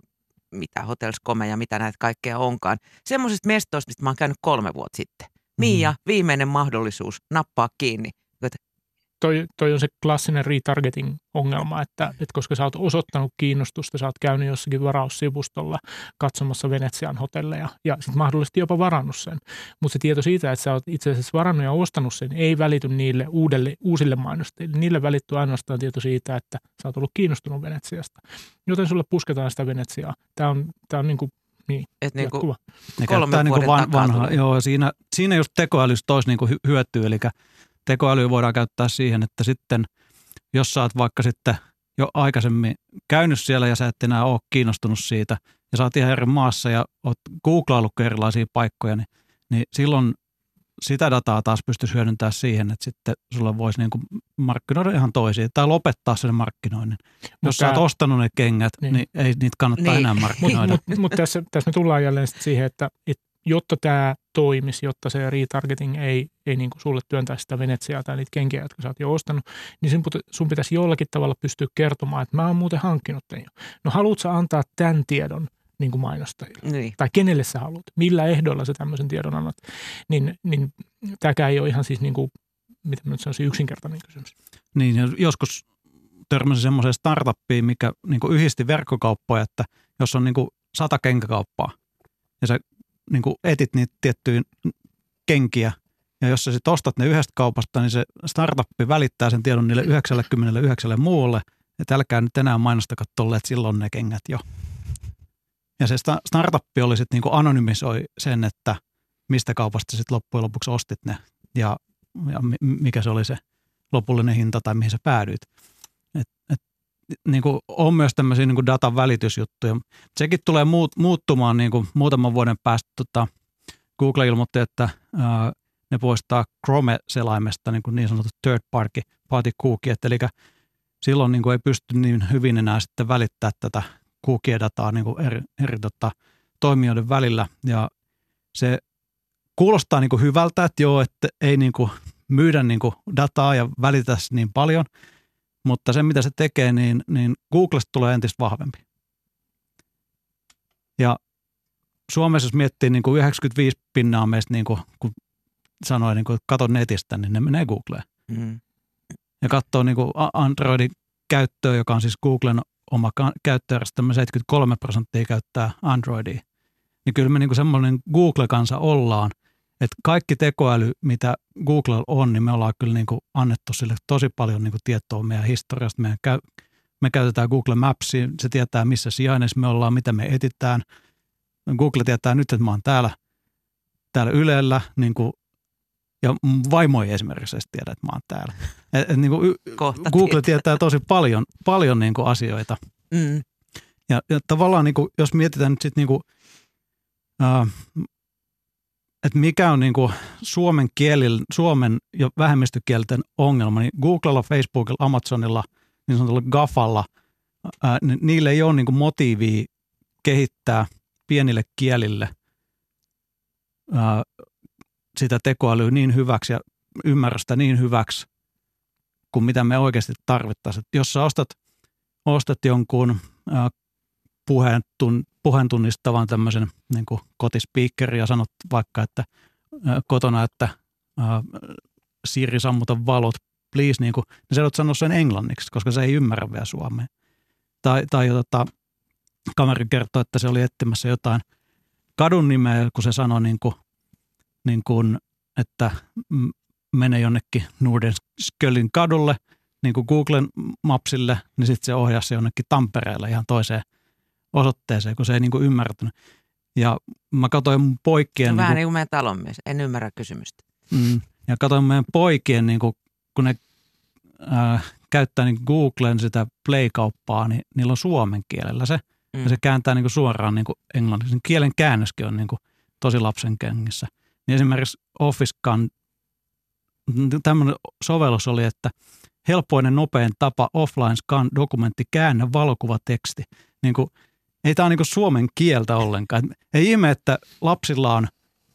mitä Hotels.com ja mitä näitä kaikkea onkaan. Semmoisista mestoista, mistä mä oon käynyt kolme vuotta sitten. Mia, viimeinen mahdollisuus, nappaa kiinni. Toi, toi on se klassinen retargeting-ongelma, että, että koska sä oot osoittanut kiinnostusta, sä oot käynyt jossakin varaussivustolla katsomassa Venetsian hotelleja ja sitten mahdollisesti jopa varannut sen. Mutta se tieto siitä, että sä oot itse asiassa varannut ja ostanut sen, ei välity niille uudelle, uusille mainostajille. Niille välittyy ainoastaan tieto siitä, että sä oot ollut kiinnostunut Venetsiasta. Joten sulle pusketaan sitä Venetsiaa. Tämä on, tää on niin kuin niin, Et niin kuin ne kolmen niin vuoden van, vanha, takaa. joo, siinä, siinä just tekoälystä olisi niin kuin hyötyä, eli tekoälyä voidaan käyttää siihen, että sitten jos sä oot vaikka sitten jo aikaisemmin käynyt siellä ja sä et enää ole kiinnostunut siitä ja sä oot ihan eri maassa ja oot googlaillut erilaisia paikkoja, niin, niin silloin sitä dataa taas pystyisi hyödyntämään siihen, että sitten sulla voisi niinku markkinoida ihan toisia tai lopettaa sen markkinoinnin. Jos Mut sä oot tää, ostanut ne kengät, niin, niin ei niitä kannattaa niin enää markkinoida. Mutta mut, mut tässä, tässä me tullaan jälleen siihen, että et, jotta tämä toimisi, jotta se retargeting ei, ei niinku sulle työntäisi sitä Venetsiaa tai niitä kenkiä, jotka sä oot jo ostanut, niin sun, sun pitäisi jollakin tavalla pystyä kertomaan, että mä oon muuten hankkinut tämän jo. No haluat sä antaa tämän tiedon niin kuin mainostajille? Niin. Tai kenelle sä haluat? Millä ehdoilla sä tämmöisen tiedon annat? Niin, niin tämäkään ei ole ihan siis niin kuin, mitä mä nyt sanoisin, yksinkertainen kysymys. Niin, ja joskus törmäsin semmoiseen startuppiin, mikä niin kuin yhdisti verkkokauppoja, että jos on niin kuin sata kenkäkauppaa ja sä niin kuin etit niitä tiettyjä kenkiä, ja jos sä sitten ostat ne yhdestä kaupasta, niin se startuppi välittää sen tiedon niille yhdeksänkymmentäyhdeksän muulle, että älkää nyt enää mainostako tolle, että silloin ne kengät jo. Ja se startuppi oli sitten niinku anonymisoi sen, että mistä kaupasta sitten loppujen lopuksi ostit ne ja, ja mikä se oli se lopullinen hinta tai mihin sä päädyit. Et, et, niinku on myös tämmöisiä niinku datan välitysjuttuja. Sekin tulee muut, muuttumaan niinku muutaman vuoden päästä. Tota, Google ilmoitti, että ää, ne poistaa Chrome-selaimesta niin, niin sanotut third party, party cookie, eli silloin niin kuin ei pysty niin hyvin enää sitten välittää tätä cookie-dataa niin kuin eri, eri tota, toimijoiden välillä. Ja se kuulostaa niin kuin hyvältä, että joo, että ei niin kuin myydä niin kuin dataa ja välitä niin paljon, mutta se mitä se tekee, niin, niin Googlesta tulee entistä vahvempi. Ja Suomessa jos miettii niin kuin yhdeksänkymmentäviisi pinnaa meistä, niin kuin, kun sanoi, niin kuin, että kato netistä, niin ne menee Googleen. Mm. Ja katsoo niin kuin Androidin käyttöä, joka on siis Googlen oma käyttöjärjestelmä, seitsemänkymmentäkolme prosenttia käyttää Androidia. Niin kyllä me niin kuin semmoinen Google-kansa ollaan, että kaikki tekoäly, mitä Googlella on, niin me ollaan kyllä niin kuin annettu sille tosi paljon niin kuin tietoa meidän historiasta. Meidän käy, me käytetään Google Mapsia, se tietää missä sijainnissa me ollaan, mitä me etitään. Google tietää nyt, että mä oon täällä, täällä Ylellä, niin kuin, ja vaimo ei esimerkiksi edes tiedä, että mä oon täällä. Et, et, niin kuin, Google tietää. tietää tosi paljon, paljon niin kuin asioita. Mm. Ja, ja tavallaan, niin kuin, jos mietitään nyt sitten, niin kuin, äh, että mikä on niin kuin suomen kielillä, suomen ja vähemmistökielten ongelma, niin Googlella, Facebookilla, Amazonilla, niin sanotulla GAFalla, äh, ni, niille ei ole niin kuin motiivia kehittää pienille kielille ää, sitä tekoälyä niin hyväksi ja ymmärrystä niin hyväksi kuin mitä me oikeasti tarvittaisiin. Jos sä ostat, ostat jonkun ää, puheentun, puheentunnistavan tämmöisen niin kuin kotispiikkerin ja sanot vaikka, että ää, kotona, että ää, Siri sammuta valot, please, niin, kuin, niin sä oot sanoa sen englanniksi, koska se ei ymmärrä vielä suomea. Tai, tai tota, kaveri kertoi, että se oli etsimässä jotain kadun nimeä, kun se sanoi, niin kuin, niin kuin, että mene jonnekin Nordenskjöldin kadulle, niin kuin Googlen Mapsille, niin sitten se ohjasi se jonnekin Tampereelle ihan toiseen osoitteeseen, kun se ei niin kuin ymmärtänyt. Ja mä katsoin mun poikien... Vähän niin kuin meidän talonmies, en ymmärrä kysymystä. Mm, ja katsoin meidän poikien, niin kuin, kun ne äh, käyttää niin Googlen sitä Play-kauppaa, niin niillä on suomen kielellä se. Mm. Ja se kääntää niin kuin suoraan niin kuin englanniksi. Kielen käännöskin on niin kuin tosi lapsen kengissä. Niin esimerkiksi Office-kan tämmöinen sovellus oli, että helpoinen nopein tapa offline scan dokumentti käännä valokuvateksti. Niin kuin, ei tämä ole niin kuin suomen kieltä ollenkaan. Ei ihme, että lapsilla on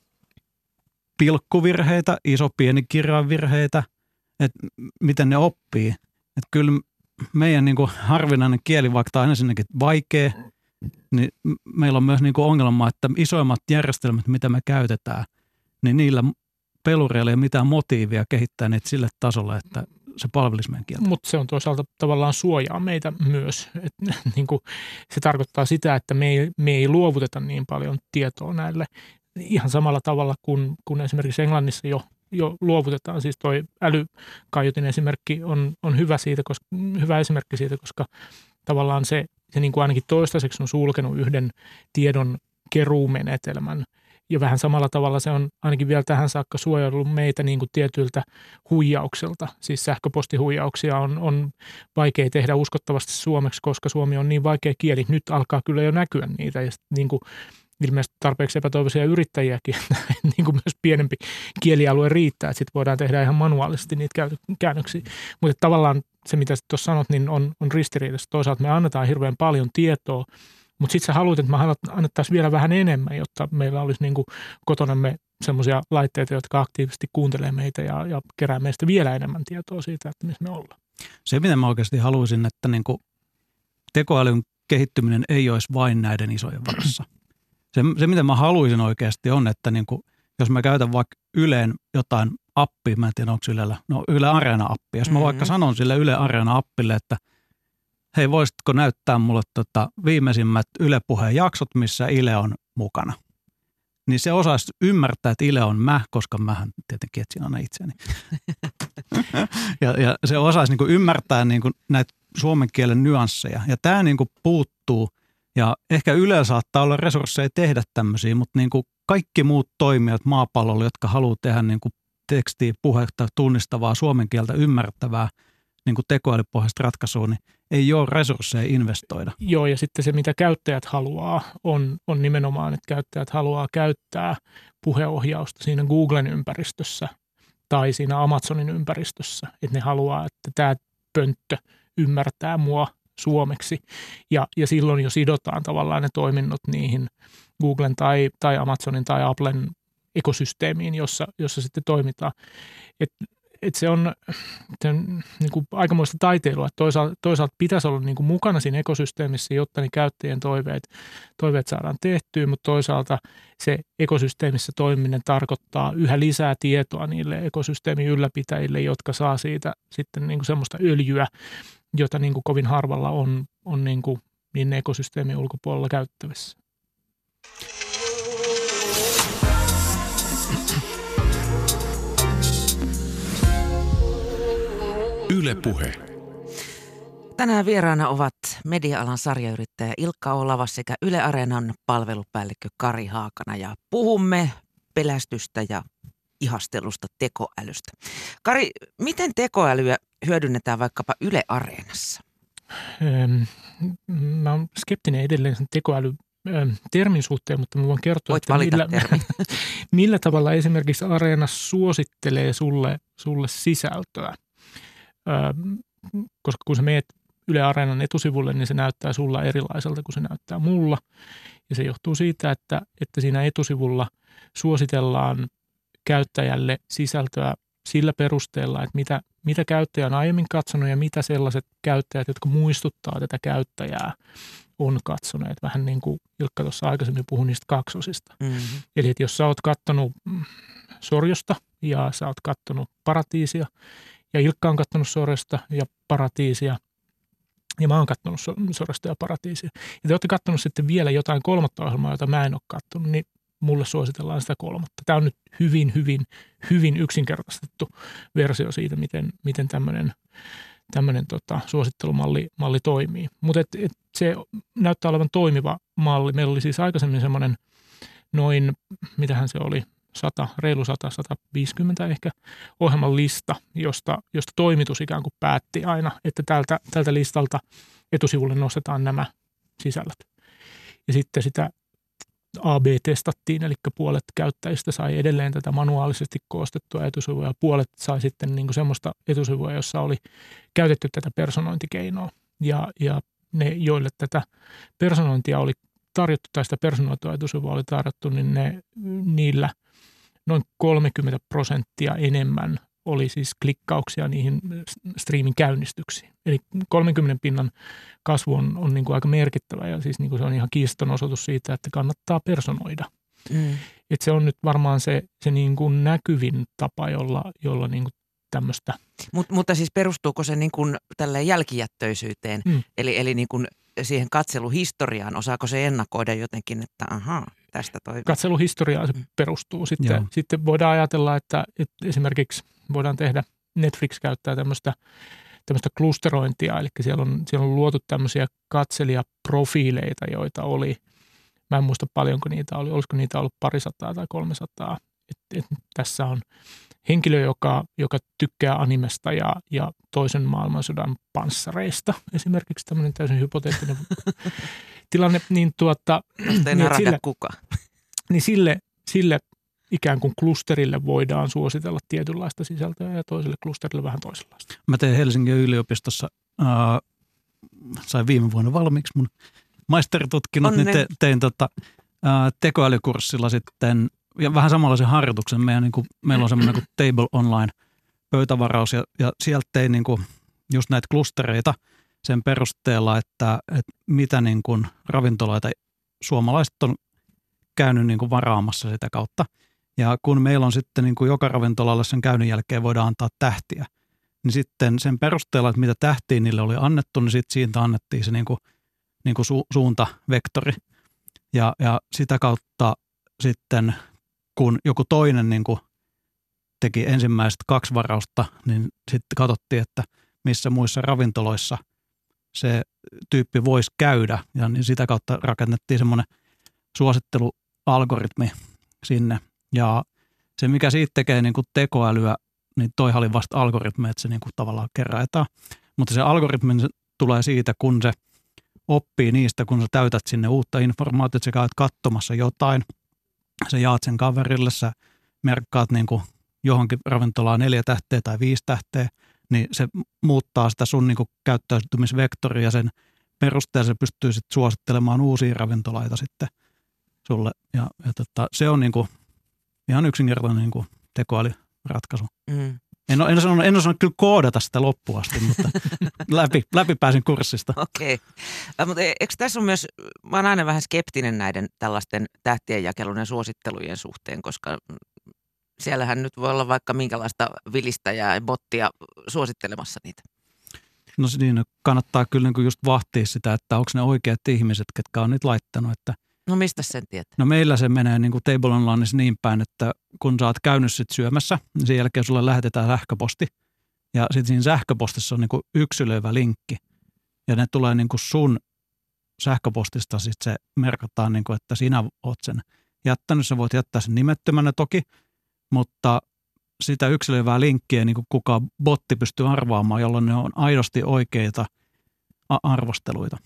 pilkkuvirheitä, iso pieni kirjainvirheitä, että miten ne oppii. Että kyllä meidän niin kuin harvinainen kieli, vaikka tämä on ensinnäkin vaikea, niin meillä on myös niin kuin ongelma, että isoimmat järjestelmät, mitä me käytetään, niin niillä pelureilla ei ole mitään motiivia kehittää niitä sille tasolle, että se palvelisi meidän kieltä. Mutta se on toisaalta tavallaan suojaa meitä myös. Et, niin kuin, se tarkoittaa sitä, että me ei, me ei luovuteta niin paljon tietoa näille ihan samalla tavalla kuin, kuin esimerkiksi Englannissa jo, jo luovutetaan. Siis toi älykaiutin esimerkki on, on hyvä, siitä, koska, hyvä esimerkki siitä, koska tavallaan se, se niin kuin ainakin toistaiseksi on sulkenut yhden tiedon keruumenetelmän. Ja vähän samalla tavalla se on ainakin vielä tähän saakka suojellut meitä niin kuin tietyiltä huijauksilta. Siis sähköpostihuijauksia on, on vaikea tehdä uskottavasti suomeksi, koska suomi on niin vaikea kieli. Nyt alkaa kyllä jo näkyä niitä ja niin kuin ilmeisesti tarpeeksi epätoivoisia yrittäjiäkin, että niin kuin myös pienempi kielialue riittää, että sitten voidaan tehdä ihan manuaalisesti niitä käännöksiä. Mutta tavallaan se, mitä tuossa sanot, niin on, on ristiriidassa. Toisaalta me annetaan hirveän paljon tietoa, mutta sitten sä haluat, että me annettaisiin vielä vähän enemmän, jotta meillä olisi niin kuin kotonamme semmoisia laitteita, jotka aktiivisesti kuuntelee meitä ja, ja kerää meistä vielä enemmän tietoa siitä, että missä me ollaan. Se, mitä mä oikeasti haluaisin, että niin kuin tekoälyn kehittyminen ei olisi vain näiden isojen varassa. Se, se mitä mä haluaisin oikeasti on, että niin kuin, jos mä käytän vaikka Yleen jotain appia, mä en tiedä onko Ylellä, no Yle Areena-appi. Jos mä mm-hmm. vaikka sanon sille Yle Areena-appille, että hei, voisitko näyttää mulle tota viimeisimmät Yle Puheen jaksot, missä Ile on mukana. Niin se osaisi ymmärtää, että Ile on mä, koska mähän tietenkin etsin aina itseäni. ja, ja se osaisi niin kuin ymmärtää niin kuin näitä suomen kielen nyansseja. Ja tämä niin kuin puuttuu. Ja ehkä Ylellä saattaa olla resursseja tehdä tämmöisiä, mutta niin kuin kaikki muut toimijat maapallolla, jotka haluaa tehdä niin kuin tekstiä, puhetta, tunnistavaa, suomen kieltä ymmärtävää, niin kuin tekoälypohjaista ratkaisua, niin ei ole resursseja investoida. Joo, ja sitten se, mitä käyttäjät haluaa, on, on nimenomaan, että käyttäjät haluaa käyttää puheohjausta siinä Googlen ympäristössä tai siinä Amazonin ympäristössä. Että ne haluaa, että tämä pönttö ymmärtää mua suomeksi. Ja, ja silloin jo sidotaan tavallaan ne toiminnot niihin Googlen tai, tai Amazonin tai Applen ekosysteemiin, jossa, jossa sitten toimitaan. Et, et se on, se on niin kuin aikamoista taiteilua, että toisaalta, toisaalta pitäisi olla niin kuin mukana siinä ekosysteemissä, jotta ne käyttäjien toiveet, toiveet saadaan tehtyä, mutta toisaalta se ekosysteemissä toimiminen tarkoittaa yhä lisää tietoa niille ekosysteemin ylläpitäjille, jotka saa siitä sitten niin kuin semmoista öljyä, jota niin kuin kovin harvalla on, on niin kuin niin ekosysteemin ulkopuolella käyttävissä. Yle Puhe. Tänään vieraana ovat media-alan sarjayrittäjä Ilkka Olava sekä Yle Areenan palvelupäällikkö Kari Haakana ja puhumme pelästystä ja ihastelusta tekoälystä. Kari, miten tekoälyä hyödynnetään vaikkapa Yle Areenassa? Mä oon skeptinen edelleen sen tekoäly termin suhteen, mutta mä voin kertoa, Voit että millä, termin. millä tavalla esimerkiksi Areena suosittelee sulle, sulle sisältöä. Koska kun sä meet Yle Areenan etusivulle, niin se näyttää sulla erilaiselta kuin se näyttää mulla. Ja se johtuu siitä, että, että siinä etusivulla suositellaan käyttäjälle sisältöä sillä perusteella, että mitä, mitä käyttäjä on aiemmin katsonut ja mitä sellaiset käyttäjät, jotka muistuttaa tätä käyttäjää, on katsoneet. Vähän niin kuin Ilkka tuossa aikaisemmin puhui niistä kaksosista. Mm-hmm. Eli että jos sä oot kattonut Sorjosta ja sä oot kattonut Paratiisia ja Ilkka on kattonut Sorjosta ja Paratiisia ja mä oon kattonut Sorjosta ja Paratiisia ja te ootte kattonut sitten vielä jotain kolmatta ohjelmaa, jota mä en ole kattonut, niin mulle suositellaan sitä kolmatta. Tämä on nyt hyvin, hyvin, hyvin yksinkertaistettu versio siitä, miten, miten tämmöinen tämmöinen tota, suosittelumalli malli toimii. Mutta et, et se näyttää olevan toimiva malli. Meillä oli siis aikaisemmin semmoinen noin, mitähän se oli, sata, reilu sata, sata viisikymmentä ehkä ohjelman lista, josta, josta toimitus ikään kuin päätti aina, että tältä, tältä listalta etusivulle nostetaan nämä sisällöt. Ja sitten sitä A B-testattiin, eli puolet käyttäjistä sai edelleen tätä manuaalisesti koostettua etusivua ja puolet sai sitten niin kuin semmoista etusivua, jossa oli käytetty tätä personointikeinoa. Ja, ja ne, joille tätä personointia oli tarjottu tai sitä personoitua etusivua oli tarjottu, niin ne, niillä noin kolmekymmentä prosenttia enemmän oli siis klikkauksia niihin striimin käynnistyksiin. Eli kolmenkymmenen pinnan kasvu on, on niin kuin aika merkittävä ja siis niin kuin se on ihan kiistaton osoitus siitä, että kannattaa personoida. Mm. Et se on nyt varmaan se, se niin kuin näkyvin tapa, jolla, jolla niin kuin tämmöistä. Mut, mutta siis perustuuko se niin kuin tälleen jälkijättöisyyteen, mm. eli, eli niin kuin siihen katseluhistoriaan, osaako se ennakoida jotenkin, että ahaa, tästä toi. Katseluhistoriaan se perustuu. Sitten, sitten voidaan ajatella, että, että esimerkiksi voidaan tehdä, Netflix käyttää tämmöistä, tämmöistä klusterointia, eli siellä on, siellä on luotu tämmöisiä katselijaprofiileita, joita oli, mä en muista paljonko niitä oli, olisiko niitä ollut parisataa tai kolmesataa. Et, et tässä on henkilö, joka, joka tykkää animesta ja, ja toisen maailmansodan panssareista. Esimerkiksi tämmöinen täysin hypoteettinen tilanne. Niin tuota, ei niin sille, kuka. Niin sille, sille ikään kuin klusterille voidaan suositella tietynlaista sisältöä ja toiselle klusterille vähän toisenlaista. Mä tein Helsingin yliopistossa, äh, sain viime vuonna valmiiksi mun maisteritutkinnot, Onne. niin te, tein tota, äh, tekoälykurssilla sitten ja vähän samanlaisen harjoituksen. Meidän, niin kuin, meillä on semmoinen kuin Table Online pöytävaraus ja, ja sieltä tein niin kuin just näitä klustereita sen perusteella, että, että mitä niin kuin ravintoloita suomalaiset on käynyt niin kuin varaamassa sitä kautta. Ja kun meillä on sitten niin kuin joka ravintolalle sen käynnin jälkeen voidaan antaa tähtiä, niin sitten sen perusteella, että mitä tähtiä niille oli annettu, niin sitten siitä annettiin se niin kuin, niin kuin su, suuntavektori. Ja, ja sitä kautta sitten kun joku toinen niin kuin teki ensimmäiset kaksi varausta, niin sitten katsottiin, että missä muissa ravintoloissa se tyyppi voisi käydä. Ja niin sitä kautta rakennettiin semmoinen suosittelualgoritmi sinne. Ja se, mikä siitä tekee niin kuin tekoälyä, niin toihan oli vasta algoritmi, että se niin kuin tavallaan kerätään. Mutta se algoritmi tulee siitä, kun se oppii niistä, kun sä täytät sinne uutta informaatiota, sä käyt katsomassa jotain, sä jaat sen kaverille, sä merkkaat niin kuin johonkin ravintolaan neljä tähteä tai viisi tähteä, niin se muuttaa sitä sun niin kuin käyttäytymisvektoria ja sen perusteella se pystyy sitten suosittelemaan uusia ravintolaita sitten sulle. Ja, ja tota, se on niin kuin ihan yksinkertainen niin kuin tekoälyratkaisu. Mm. En ole, en, osannut, en osannut kyllä koodata sitä loppuun asti, mutta läpi, läpi pääsin kurssista. Okei. Okay. Mutta eikö tässä on myös, mä oon aina vähän skeptinen näiden tällaisten tähtien jakelun ja suosittelujen suhteen, koska siellähän nyt voi olla vaikka minkälaista vilistäjää ja bottia suosittelemassa niitä. No niin, kannattaa kyllä niin just vahtia sitä, että onko ne oikeat ihmiset, ketkä on niitä laittanut. Että no mistä sen tietää? No meillä se menee niin kuin Table Online niin päin, että kun sä oot käynyt sit syömässä, niin sen jälkeen sulle lähetetään sähköposti. Ja sitten siinä sähköpostissa on niin kuin yksilöivä linkki. Ja ne tulee niin kuin sun sähköpostista, sit se merkataan, niin kuin, että sinä oot sen jättänyt. Sä voit jättää sen nimettömänä toki, mutta sitä yksilöivää linkkiä niin kuin kukaan botti pystyy arvaamaan, jolloin ne on aidosti oikeita arvosteluita.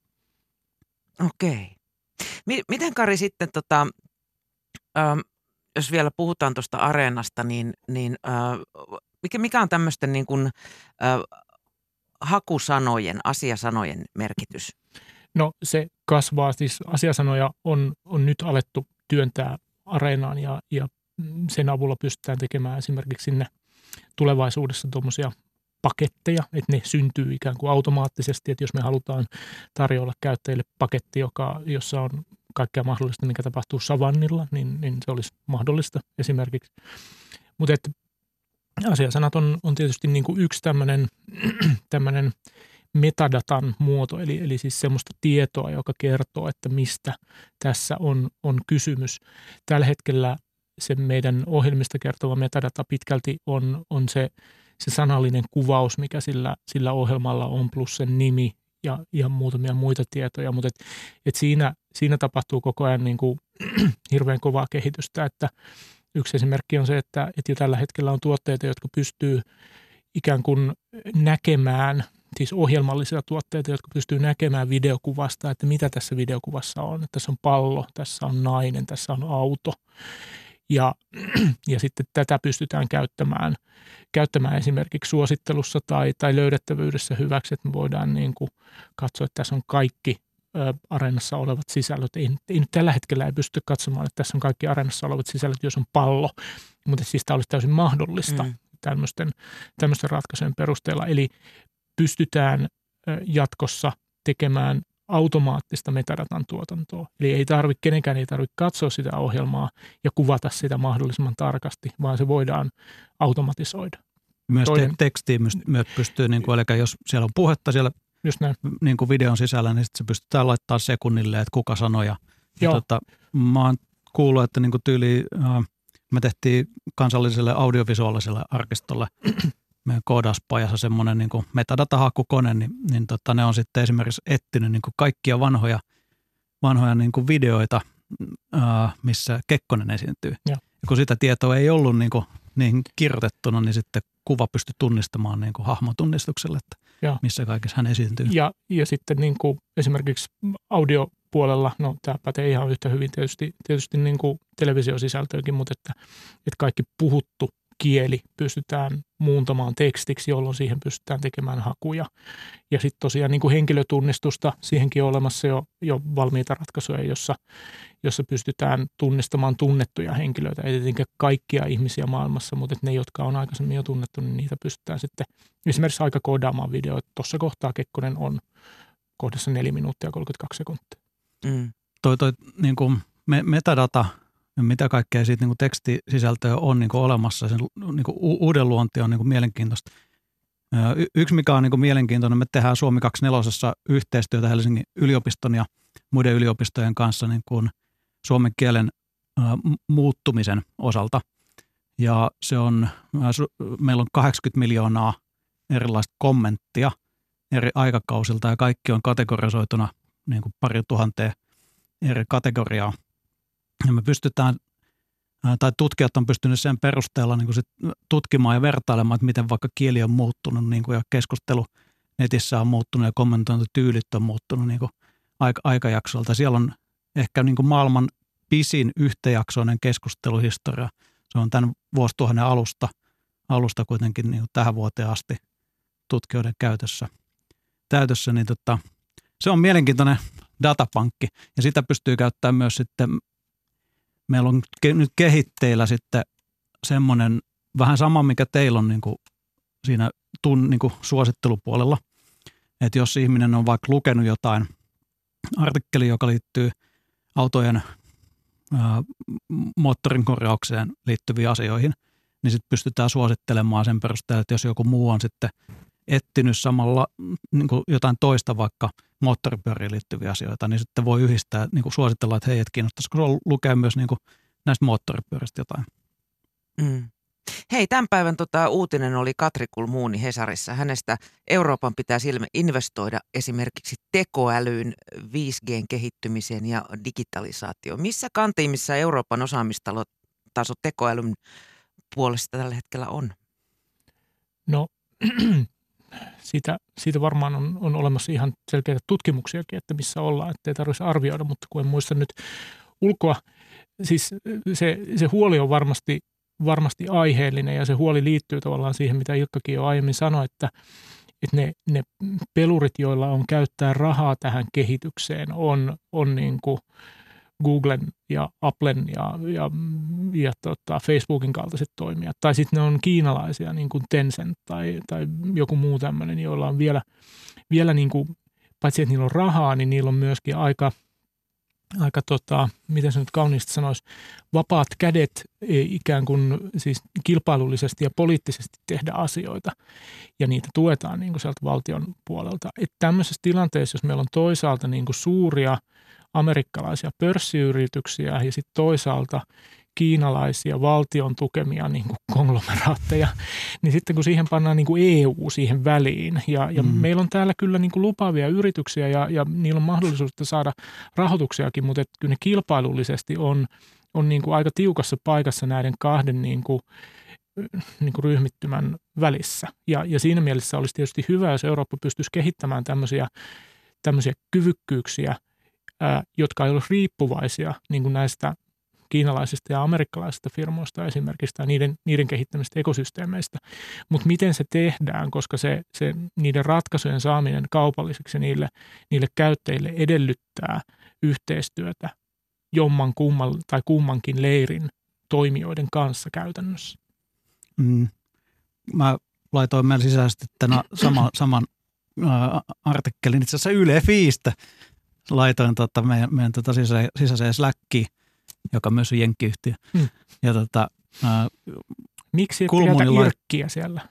Okei. Miten Kari sitten, tota, ähm, jos vielä puhutaan tuosta Areenasta, niin, niin äh, mikä, mikä on tämmöisten niin kuin, äh, hakusanojen, asiasanojen merkitys? No se kasvaa, siis asiasanoja on, on nyt alettu työntää Areenaan ja, ja sen avulla pystytään tekemään esimerkiksi sinne tulevaisuudessa tuommoisia paketteja, että ne syntyy ikään kuin automaattisesti, että jos me halutaan tarjolla käyttäjille paketti, joka, jossa on kaikkea mahdollista, mikä tapahtuu savannilla, niin, niin se olisi mahdollista esimerkiksi. Mutta että asiasanat on, on tietysti niin kuin yksi tämmöinen, tämmöinen metadatan muoto, eli, eli siis semmoista tietoa, joka kertoo, että mistä tässä on, on kysymys. Tällä hetkellä se meidän ohjelmista kertova metadata pitkälti on, on se, se sanallinen kuvaus, mikä sillä, sillä ohjelmalla on, plus sen nimi ja, ja muutamia muita tietoja, mutta et, et siinä, siinä tapahtuu koko ajan niin kuin hirveän kovaa kehitystä, että yksi esimerkki on se, että, että jo tällä hetkellä on tuotteita, jotka pystyy ikään kuin näkemään, siis ohjelmallisia tuotteita, jotka pystyy näkemään videokuvasta, että mitä tässä videokuvassa on, että tässä on pallo, tässä on nainen, tässä on auto. Ja, ja sitten tätä pystytään käyttämään, käyttämään esimerkiksi suosittelussa tai, tai löydettävyydessä hyväksi, että me voidaan niin kuin katsoa, että tässä on kaikki ö, Areenassa olevat sisällöt. Ei, ei nyt tällä hetkellä ei pysty katsomaan, että tässä on kaikki Areenassa olevat sisällöt, jos on pallo, mutta siis tämä olisi täysin mahdollista. Mm. tämmöisten, tämmöisten ratkaisujen perusteella. Eli pystytään jatkossa tekemään automaattista metadatan tuotantoa. Eli ei tarvitse, kenenkään ei tarvitse katsoa sitä ohjelmaa ja kuvata sitä mahdollisimman tarkasti, vaan se voidaan automatisoida. Myös Toinen, te- tekstiin myös, myös pystyy, niin kuin, eli jos siellä on puhetta siellä niin kuin videon sisällä, niin sit se pystytään laittaa sekunnille, että kuka sanoo. Ja, ja tota, mä oon kuullut, että niin kuin tyyli, äh, me tehtiin kansalliselle audiovisuaaliselle arkistolle meidän koodauspajassa semmoinen niin kuin metadatahakukone, niin, niin tota, ne on sitten esimerkiksi etsinyt niin kuin kaikkia vanhoja, vanhoja niin kuin videoita, äh, missä Kekkonen esiintyy. Ja. Ja kun sitä tietoa ei ollut niin kuin niihin kirjoitettuna, niin sitten kuva pystyi tunnistamaan niin kuin hahmotunnistuksella, että ja. missä kaikessa hän esiintyy. Ja, ja sitten niin kuin esimerkiksi audiopuolella, no tämä pätee ihan yhtä hyvin tietysti, tietysti niin kuin televisiosisältöönkin, mutta että, että kaikki puhuttu kieli pystytään muuntamaan tekstiksi, jolloin siihen pystytään tekemään hakuja. Ja sitten tosiaan niin kuin henkilötunnistusta, siihenkin on olemassa jo, jo valmiita ratkaisuja, jossa, jossa pystytään tunnistamaan tunnettuja henkilöitä. Ei tietenkään kaikkia ihmisiä maailmassa, mutta ne, jotka on aikaisemmin jo tunnettu, niin niitä pystytään sitten esimerkiksi aika koodaamaan videoita. Tuossa kohtaa Kekkonen on kohdassa neljä minuuttia kolmekymmentäkaksi sekuntia. Mm. Toi, toi niin kuin metadata, mitä kaikkea siitä niin kuin tekstisisältöä on niin kuin olemassa, sen niin kuin uuden luonti on niin kuin mielenkiintoista. Y- yksi, mikä on niin kuin mielenkiintoinen, me tehdään Suomi kaksikymmentäneljä yhteistyötä Helsingin yliopiston ja muiden yliopistojen kanssa niin kuin suomen kielen ä, muuttumisen osalta. Ja se on, meillä on kahdeksankymmentä miljoonaa erilaista kommenttia eri aikakausilta ja kaikki on kategorisoituna niin kuin pari tuhanteen eri kategoriaa. Ja me pystytään, tai tutkijat on pystynyt sen perusteella niin kuin sit tutkimaan ja vertailemaan, että miten vaikka kieli on muuttunut niin kuin ja keskustelu netissä on muuttunut ja kommentointityylit on muuttunut niin kuin aika, aikajaksolta. Siellä on ehkä niin kuin maailman pisin yhtäjaksoinen keskusteluhistoria. Se on tämän vuosituhannen alusta, alusta kuitenkin niin kuin tähän vuoteen asti tutkijoiden käytössä. Täytössä, niin tota, se on mielenkiintoinen datapankki ja sitä pystyy käyttämään myös sitten. Meillä on nyt kehitteillä sitten semmoinen vähän sama, mikä teillä on niin kuin siinä tun, niin kuin suosittelupuolella. Että jos ihminen on vaikka lukenut jotain artikkeli, joka liittyy autojen ää, moottorin korjaukseen liittyviin asioihin, niin sitten pystytään suosittelemaan sen perusteella, että jos joku muu on sitten etsinyt samalla niin kuin jotain toista vaikka moottoripyöriin liittyviä asioita, niin sitten voi yhdistää, niin kuin suositella, että hei, et kiinnostaisiko sinua lukea myös niin kuin näistä moottoripyöristä jotain. Mm. Hei, tämän päivän tota, uutinen oli Katri Kulmuni Hesarissa. Hänestä Euroopan pitäisi investoida esimerkiksi tekoälyyn, viisi G:n kehittymiseen ja digitalisaatioon. Missä kantiimissa Euroopan osaamistaso tekoälyn puolesta tällä hetkellä on? No Siitä, siitä varmaan on, on olemassa ihan selkeitä tutkimuksiakin, että missä ollaan, ettei tarvitsisi arvioida, mutta kun en muista nyt ulkoa, siis se, se huoli on varmasti, varmasti aiheellinen ja se huoli liittyy tavallaan siihen, mitä Ilkkakin jo aiemmin sanoi, että, että ne, ne pelurit, joilla on käyttää rahaa tähän kehitykseen, on, on niin kuin Googlen ja Applen ja, ja, ja tota Facebookin kaltaiset toimijat. Tai sitten ne on kiinalaisia, niin kuin Tencent tai, tai joku muu tämmöinen, joilla on vielä, vielä niin kuin, paitsi että niillä on rahaa, niin niillä on myöskin aika, aika tota, miten se nyt kauniisti sanoisi, vapaat kädet ikään kuin siis kilpailullisesti ja poliittisesti tehdä asioita. Ja niitä tuetaan niin kuin sieltä valtion puolelta. Että tämmöisessä tilanteessa, jos meillä on toisaalta niin kuin suuria amerikkalaisia pörssiyrityksiä ja sitten toisaalta kiinalaisia valtion tukemia niin kuin konglomeraatteja, niin sitten kun siihen pannaan niin kuin E U siihen väliin ja, ja mm. meillä on täällä kyllä niin kuin lupaavia yrityksiä ja, ja niillä on mahdollisuus saada rahoituksiakin, mutta kyllä ne kilpailullisesti on, on niin kuin aika tiukassa paikassa näiden kahden niin kuin, niin kuin ryhmittymän välissä. Ja, ja siinä mielessä olisi tietysti hyvä, jos Eurooppa pystyisi kehittämään tämmöisiä, tämmöisiä kyvykkyyksiä, ää, jotka ei ole riippuvaisia niin kuin näistä kiinalaisista ja amerikkalaisista firmoista esimerkiksi tai niiden, niiden kehittämistä ekosysteemeistä. Mutta miten se tehdään, koska se, se niiden ratkaisujen saaminen kaupalliseksi niille, niille käyttäjille edellyttää yhteistyötä jomman kumman tai kummankin leirin toimijoiden kanssa käytännössä. Mm. mä laitoin meidän sisäisesti tänä sama, saman ää, artikkelin itse asiassa Yle Fiistä. Laitoin tota meidän, meidän tota sisä, sisäiseen Slackiin, joka myös on jenkkiyhtiö. Hmm. Ja tota, ää, miksi et pidätä irkkiä siellä?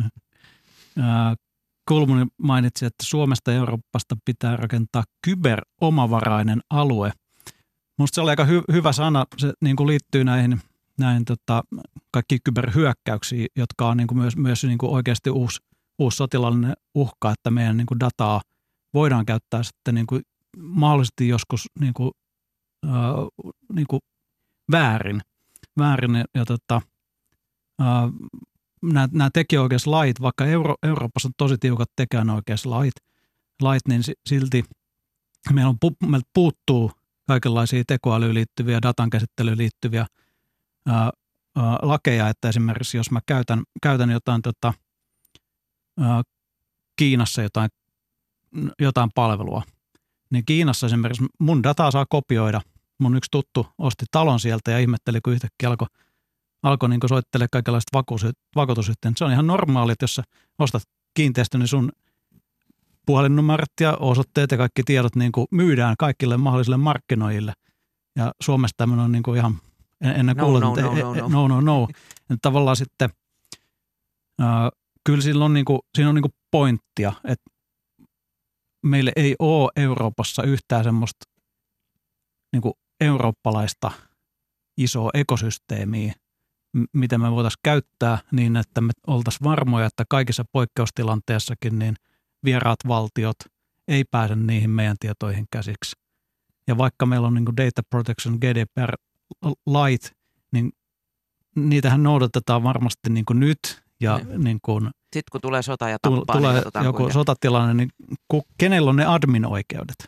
ää, Kulmuni mainitsi, että Suomesta ja Euroopasta pitää rakentaa kyberomavarainen alue. Minusta se oli aika hy- hyvä sana. Se niin kuin liittyy näihin, näihin tota, kaikkiin kyberhyökkäyksiin, jotka on niin kuin myös, myös niin kuin oikeasti uusi, uusi sotilaallinen uhka, että meidän niin kuin dataa voidaan käyttää sitten niin kuin mahdollisesti joskus niin kuin, äh, niin kuin väärin. väärin ja, ja tota, äh, nämä, nämä tekijäoikeuslait, vaikka Euro, Euroopassa on tosi tiukat tekijänoikeuslait, lait, niin silti meillä, on, meiltä puuttuu kaikenlaisia tekoälyyn liittyviä, datan käsittelyyn liittyviä ää, ää, lakeja, että esimerkiksi jos mä käytän, käytän jotain tota, ää, Kiinassa jotain, jotain palvelua, niin Kiinassa esimerkiksi mun dataa saa kopioida. Mun yksi tuttu osti talon sieltä ja ihmetteli, kun yhtäkkiä alkoi alkoi niin soittelemaan kaikenlaista vakuutusyhteen. Se on ihan normaali, että jos sä ostat kiinteistön, niin sun puhelinnumerot ja osoitteet ja kaikki tiedot niin kuin myydään kaikille mahdollisille markkinoille. Ja Suomessa tämmöinen on niin kuin ihan, en, en no, kuullut, no, että no, no, no. no, no, no. Ja tavallaan sitten, äh, kyllä sillä on niin kuin, siinä on niin kuin pointtia, että meillä ei ole Euroopassa yhtään semmoista niin kuin eurooppalaista isoa ekosysteemiä, mitä me voitaisiin käyttää niin, että me oltaisiin varmoja, että kaikissa poikkeustilanteissakin niin vieraat valtiot ei pääse niihin meidän tietoihin käsiksi. Ja vaikka meillä on niin kuin Data Protection G D P R-lait, niin niitähän noudatetaan varmasti niin kuin nyt. Ja niin kuin sitten kun tulee sota ja tappaa, tulee niin joku kuinka. sotatilanne, niin ku, kenellä on ne admin-oikeudet?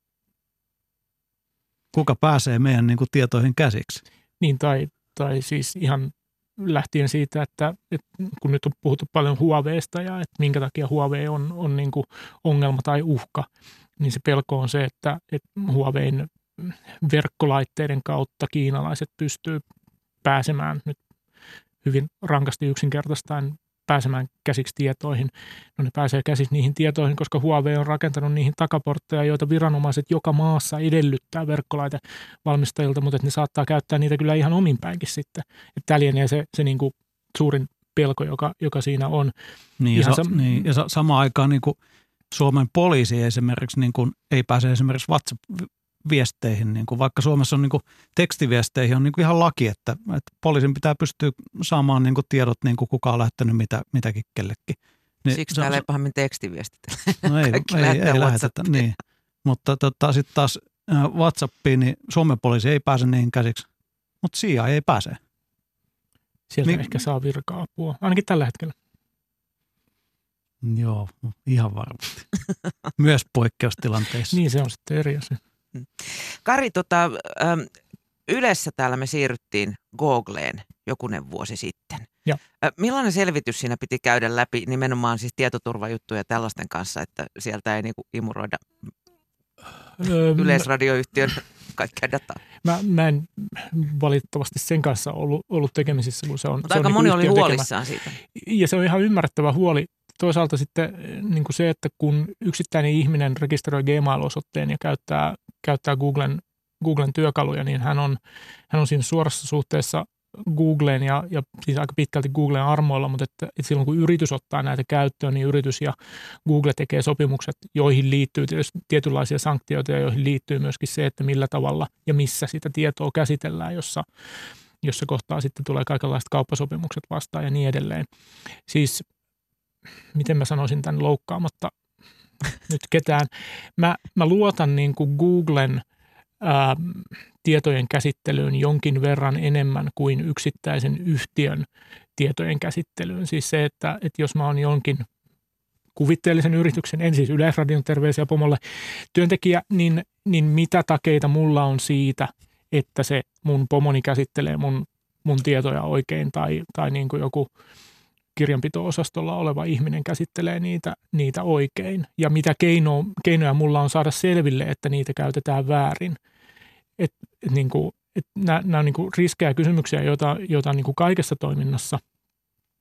Kuka pääsee meidän niin kuin tietoihin käsiksi? Niin, tai, tai siis ihan lähtien siitä, että, että kun nyt on puhuttu paljon Huaweista ja että minkä takia Huawei on, on niin kuin ongelma tai uhka, niin se pelko on se, että, että Huawein verkkolaitteiden kautta kiinalaiset pystyy pääsemään nyt hyvin rankasti yksinkertaistaan pääsemään käsiksi tietoihin. No ne pääsee käsiksi niihin tietoihin, koska Huawei on rakentanut niihin takaportteja, joita viranomaiset joka maassa edellyttää verkkolaitevalmistajilta, mutta että ne saattaa käyttää niitä kyllä ihan omin päinkin sitten. Että tämä lienee se, se niin kuin suurin pelko, joka, joka siinä on. Niin, ja, sa- sam- niin, ja sa- samaan aikaan niin kuin Suomen poliisi esimerkiksi niin kuin ei pääse esimerkiksi WhatsApp-viesteihin, niin kuin vaikka Suomessa on niin kuin tekstiviesteihin on niin kuin ihan laki, että, että poliisin pitää pystyä saamaan niin kuin tiedot, niin kuin kuka on lähtenyt mitä, mitäkin kellekin. Niin siksi se, täällä ei pahemmin tekstiviestitä. No ei, ei, ei lähetetä, niin. Mutta tota, sitten taas WhatsAppiin, niin Suomen poliisi ei pääse niihin käsiksi, mutta C I A ei pääse. Sieltä Mi- ehkä saa virka-apua, ainakin tällä hetkellä. Joo, ihan varmasti. Myös poikkeustilanteissa. Niin, se on sitten eri asia. Kari, tota, ähm, Ylessä täällä me siirryttiin Googleen jokunen vuosi sitten. Ja. Äh, millainen selvitys siinä piti käydä läpi nimenomaan siis tietoturvajuttuja tällaisten kanssa, että sieltä ei niinku imuroida öö, Yleisradioyhtiön kaikkea dataa? Mä, mä en valitettavasti sen kanssa ollut, ollut tekemisissä, kun se on. Mutta se aika on moni niin oli huolissaan tekemä. siitä. Ja se on ihan ymmärrettävä huoli. Toisaalta sitten niin kuin se, että kun yksittäinen ihminen rekisteröi Gmail-osoitteen ja käyttää, käyttää Googlen, Googlen työkaluja, niin hän on, hän on siinä suorassa suhteessa Googleen ja, ja siis aika pitkälti Googlen armoilla, mutta että, että silloin kun yritys ottaa näitä käyttöön, niin yritys ja Google tekee sopimukset, joihin liittyy tietynlaisia sanktioita ja joihin liittyy myöskin se, että millä tavalla ja missä sitä tietoa käsitellään, jossa, jossa kohtaa sitten tulee kaikenlaiset kauppasopimukset vastaan ja niin edelleen. Siis miten mä sanoisin tämän loukkaamatta nyt ketään. Mä, mä luotan niin kuin Googlen ää, tietojen käsittelyyn jonkin verran enemmän kuin yksittäisen yhtiön tietojen käsittelyyn. Siis se, että, että jos mä oon jonkin kuvitteellisen yrityksen, en siis Yleisradion, terveisiä pomolle, työntekijä, niin, niin mitä takeita mulla on siitä, että se mun pomoni käsittelee mun, mun tietoja oikein tai, tai niin kuin joku kirjanpito-osastolla oleva ihminen käsittelee niitä, niitä oikein. Ja mitä keino, keinoja mulla on saada selville, että niitä käytetään väärin. Et, et niin kuin, et nämä, nämä on niin kuin riskejä kysymyksiä, joita, joita niin kuin kaikessa toiminnassa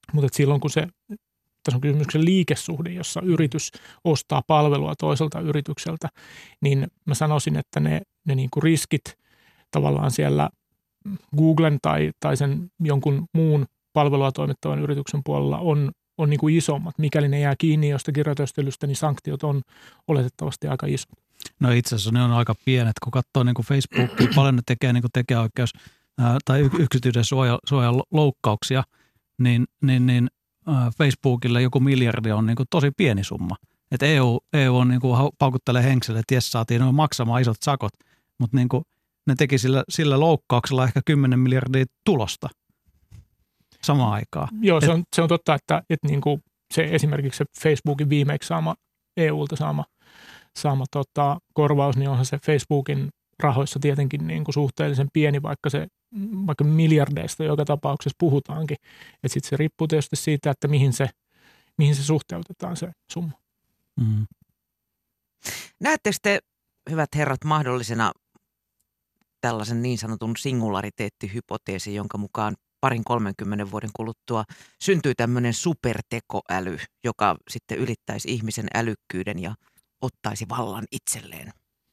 Mutta silloin kun se, tässä on kysymyksen liikesuhde, jossa yritys ostaa palvelua toiselta yritykseltä, niin mä sanoisin, että ne, ne niin kuin riskit tavallaan siellä Googlen tai, tai sen jonkun muun palvelua toimittavan yrityksen puolella on, on niin kuin isommat. Mikäli ne jää kiinni jostakin rötöstelystä, niin sanktiot on oletettavasti aika isot. No itse asiassa ne on aika pienet. Kun katsoo niin kuin Facebookia, paljon ne tekee niin kuin tekijäoikeus ää, tai yksityisen suoja, suojan loukkauksia, niin, niin, niin ää, Facebookille joku miljardi on niin kuin tosi pieni summa. Et E U, E U on niin kuin paukuttelee henkselle, että jes saatiin noin maksamaan isot sakot, mutta niin kuin ne teki sillä, sillä loukkauksella ehkä kymmenen miljardia tulosta samaan aikaan. Joo, se on, se on totta, että, että niin kuin se esimerkiksi se Facebookin viimeksi saama E U:lta saama, saama tota, korvaus, niin onhan se Facebookin rahoissa tietenkin niin kuin suhteellisen pieni, vaikka se vaikka miljardeista joka tapauksessa puhutaankin. Että sitten se riippuu tietysti siitä, että mihin se, mihin se suhteutetaan se summa. Mm. Näettekö te, hyvät herrat, mahdollisena tällaisen niin sanotun singulariteettihypoteesin, jonka mukaan parin kolmenkymmenen vuoden kuluttua syntyy tämmöinen supertekoäly, joka sitten ylittäisi ihmisen älykkyyden ja ottaisi vallan itselleen?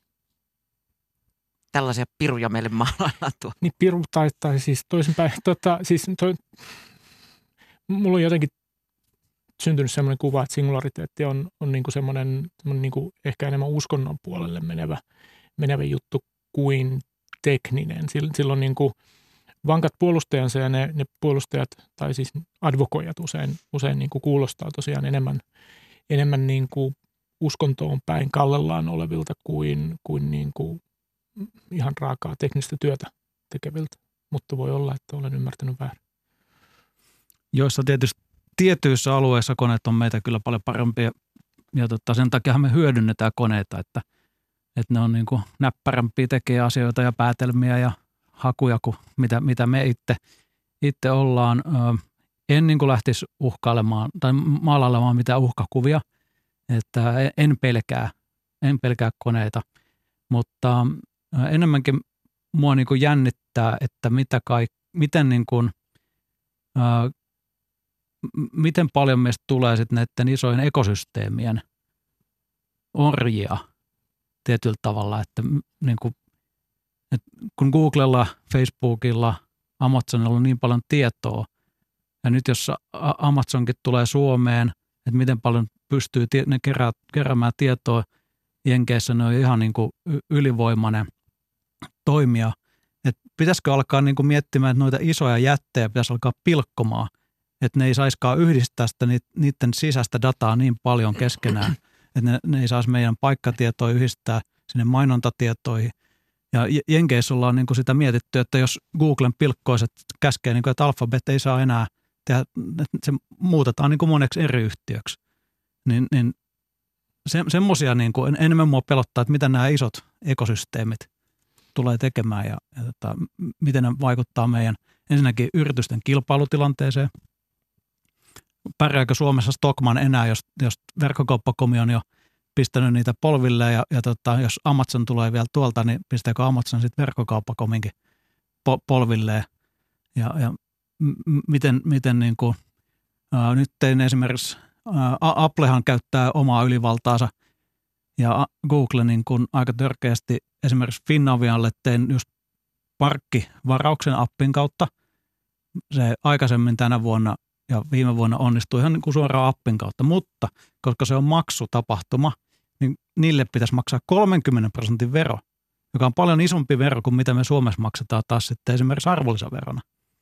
Tällaisia piruja meille maalaillaan tuo. Niin piru tai, tai siis toisinpäin. Tota, siis toi, mulla on jotenkin syntynyt semmoinen kuva, että singulariteetti on, on niinku semmoinen, semmoinen niinku ehkä enemmän uskonnon puolelle menevä, menevä juttu kuin tekninen. Sillä on niin kuin vankat puolustajansa ja ne, ne puolustajat tai siis advokoijat usein, usein niin kuin kuulostaa tosiaan enemmän, enemmän niin kuin uskontoon päin kallellaan olevilta kuin, kuin, niin kuin ihan raakaa teknistä työtä tekeviltä. Mutta voi olla, että olen ymmärtänyt väärin. Joissa tietysti tietyissä alueissa koneet on meitä kyllä paljon parempia ja tota, sen takia me hyödynnetään koneita, että Että ne on niin kuin näppärämpiä, tekee asioita ja päätelmiä ja hakuja kuin mitä, mitä me itse, itse ollaan. En niin kuin lähtisi uhkailemaan tai maalailemaan mitään uhkakuvia, että en pelkää, en pelkää koneita, mutta enemmänkin mua niin kuin jännittää, että mitä kaik, miten, niin kuin, ää, miten paljon meistä tulee sitten näiden isojen ekosysteemien orjia tietyllä tavalla, että, niin kuin, että kun Googlella, Facebookilla, Amazonilla on niin paljon tietoa, ja nyt jos Amazonkin tulee Suomeen, että miten paljon pystyy ne kerää, keräämään tietoa Jenkeissä, ne on ihan niin kuin ylivoimainen toimija. Että pitäisikö alkaa niin kuin miettimään, että noita isoja jättejä pitäisi alkaa pilkkomaan, että ne ei saiskaan yhdistää sitä niiden sisäistä dataa niin paljon keskenään, että ne, ne ei saisi meidän paikkatietoa yhdistää sinne mainontatietoihin. Ja Jenkeissä ollaan niin kuin sitä mietitty, että jos Googlen pilkkoiset käskee, niin kuin, että Alphabet ei saa enää tehdä, että se muutetaan niin kuin moneksi eri yhtiöksi. Niin, niin se, semmoisia niin kuin enemmän mua pelottaa, että mitä nämä isot ekosysteemit tulee tekemään ja, ja tota, miten ne vaikuttaa meidän ensinnäkin yritysten kilpailutilanteeseen. Pärjääkö Suomessa Stockmann enää, jos, jos verkkokauppakomi on jo pistänyt niitä polvilleen ja, ja tota, jos Amazon tulee vielä tuolta, niin pistääkö Amazon sitten verkkokauppakominkin po, polvilleen ja, ja m- miten, miten niin kuin, ää, nyt tein esimerkiksi, ää, Applehan käyttää omaa ylivaltaansa ja Google niin kuin aika törkeästi esimerkiksi Finavialle tein just parkkivarauksen appin kautta. Se aikaisemmin tänä vuonna ja viime vuonna onnistui ihan niin kuin suoraan appin kautta, mutta koska se on maksutapahtuma, niin niille pitäisi maksaa kolmenkymmenen prosentin vero, joka on paljon isompi vero kuin mitä me Suomessa maksetaan taas sitten esimerkiksi arvonlisäverona.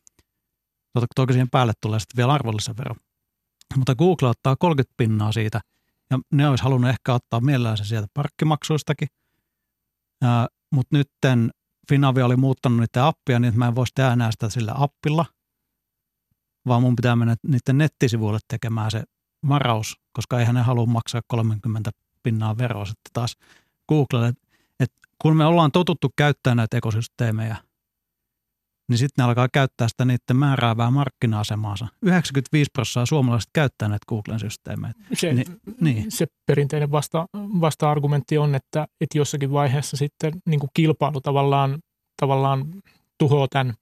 Toki siihen päälle tulee sitten vielä arvonlisävero. Mutta Google ottaa kolmekymmentä pinnaa siitä, ja ne olisi halunnut ehkä ottaa mielellään se sieltä parkkimaksuistakin. Ää, mutta nyt Finavia oli muuttanut niiden appia niin, että mä en voisi tehdä enää sitä sillä appilla, vaan mun pitää mennä niiden nettisivuille tekemään se varaus, koska eihän ne halua maksaa kolmekymmentä pinnaa veroa sitten taas Googlelle. Et kun me ollaan totuttu käyttämään näitä ekosysteemejä, niin sitten ne alkaa käyttää sitä niiden määräävää markkina-asemaansa. yhdeksänkymmentäviisi prosenttia suomalaiset käyttää näitä Googlen systeemejä. Se, Ni, niin. se perinteinen vasta, vasta-argumentti on, että, että jossakin vaiheessa sitten niin kuin kilpailu tavallaan, tavallaan tuhoaa tämän,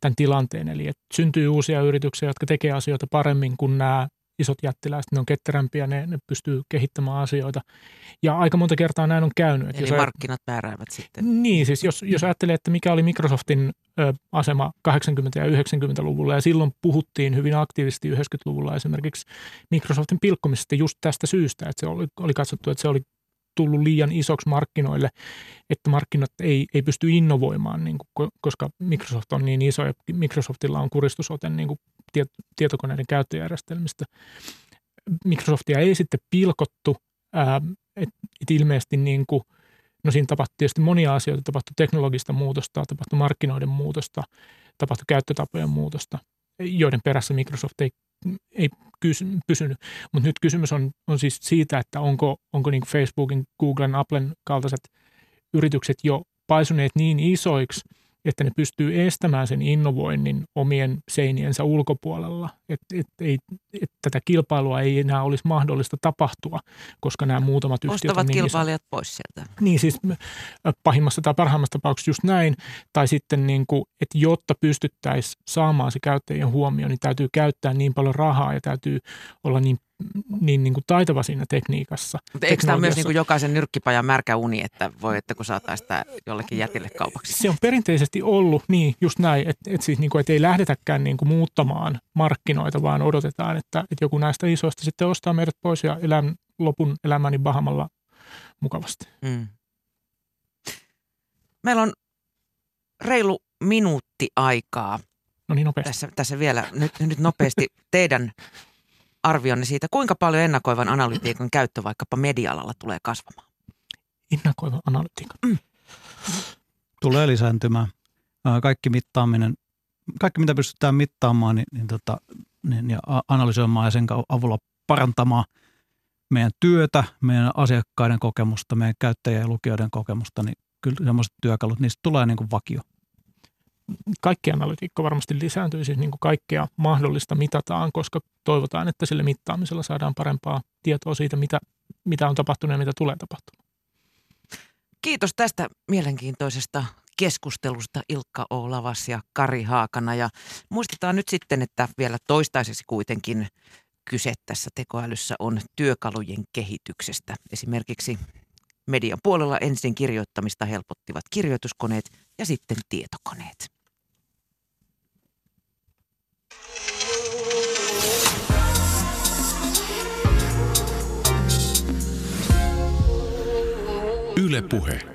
tämän tilanteen. Eli että syntyy uusia yrityksiä, jotka tekee asioita paremmin kuin nämä isot jättiläiset. Ne on ketterämpiä, ne, ne pystyy kehittämään asioita. Ja aika monta kertaa näin on käynyt. Että Eli jos markkinat määräävät sitten. Niin, siis jos, jos ajattelee, että mikä oli Microsoftin ö, asema kahdeksankymmentä- ja yhdeksänkymmentäluvulla, ja silloin puhuttiin hyvin aktiivisesti yhdeksänkymmentäluvulla esimerkiksi Microsoftin pilkkomisesta just tästä syystä, että se oli, oli katsottu, että se oli tullut liian isoksi markkinoille, että markkinat ei, ei pysty innovoimaan, niin kuin, koska Microsoft on niin iso ja Microsoftilla on kuristusote niin kuin tiet, tietokoneiden käyttöjärjestelmistä. Microsoftia ei sitten pilkottu, että et ilmeisesti niin kuin, no siinä tapahtui tietysti monia asioita, tapahtui teknologista muutosta, tapahtui markkinoiden muutosta, tapahtui käyttötapojen muutosta, joiden perässä Microsoft ei ei pysynyt. Mutta nyt kysymys on, on siis siitä, että onko, onko niin Facebookin, Googlen, Applen kaltaiset yritykset jo paisuneet niin isoiksi, että ne pystyy estämään sen innovoinnin omien seiniensä ulkopuolella. Että et, et, et tätä kilpailua ei enää olisi mahdollista tapahtua, koska nämä muutamat yhtiöt Ostavat on niin kilpailijat iso. pois sieltä. Niin siis pahimmassa tai parhaimmassa tapauksessa just näin. Tai sitten niin kuin, että jotta pystyttäisiin saamaan se käyttäjien huomioon, niin täytyy käyttää niin paljon rahaa ja täytyy olla niin niin, niin kuin taitava siinä tekniikassa. Mutta eikö tämä myös niin kuin jokaisen nyrkkipajan märkä uni, että voi, että kun saataisiin tämä jollekin jätille kaupaksi? Se on perinteisesti ollut niin, just näin, että, että, siis niin kuin, että ei lähdetäkään niin kuin muuttamaan markkinoita, vaan odotetaan, että, että joku näistä isoista sitten ostaa meidät pois ja elän lopun elämäni Bahamalla mukavasti. Mm. Meillä on reilu minuutti aikaa. No niin, nopeasti. Tässä, tässä vielä nyt, nyt nopeasti teidän arvionne siitä, kuinka paljon ennakoivan analytiikan käyttö vaikkapa media-alalla tulee kasvamaan? Ennakoivan analytiikan? Mm. Tulee lisääntymään. Kaikki mittaaminen, kaikki mitä pystytään mittaamaan niin, niin, tota, niin, ja analysoimaan ja sen avulla parantamaan meidän työtä, meidän asiakkaiden kokemusta, meidän käyttäjien ja lukijoiden kokemusta, niin kyllä sellaiset työkalut, niistä tulee niin kuin vakio. Kaikki analytiikka varmasti lisääntyy, siis niin kuin kaikkea mahdollista mitataan, koska toivotaan, että sillä mittaamisella saadaan parempaa tietoa siitä, mitä, mitä on tapahtunut ja mitä tulee tapahtumaan. Kiitos tästä mielenkiintoisesta keskustelusta Ilkka O. Lavas ja Kari Haakana. Ja muistetaan nyt sitten, että vielä toistaiseksi kuitenkin kyse tässä tekoälyssä on työkalujen kehityksestä. Esimerkiksi median puolella ensin kirjoittamista helpottivat kirjoituskoneet ja sitten tietokoneet. Yle Puhe.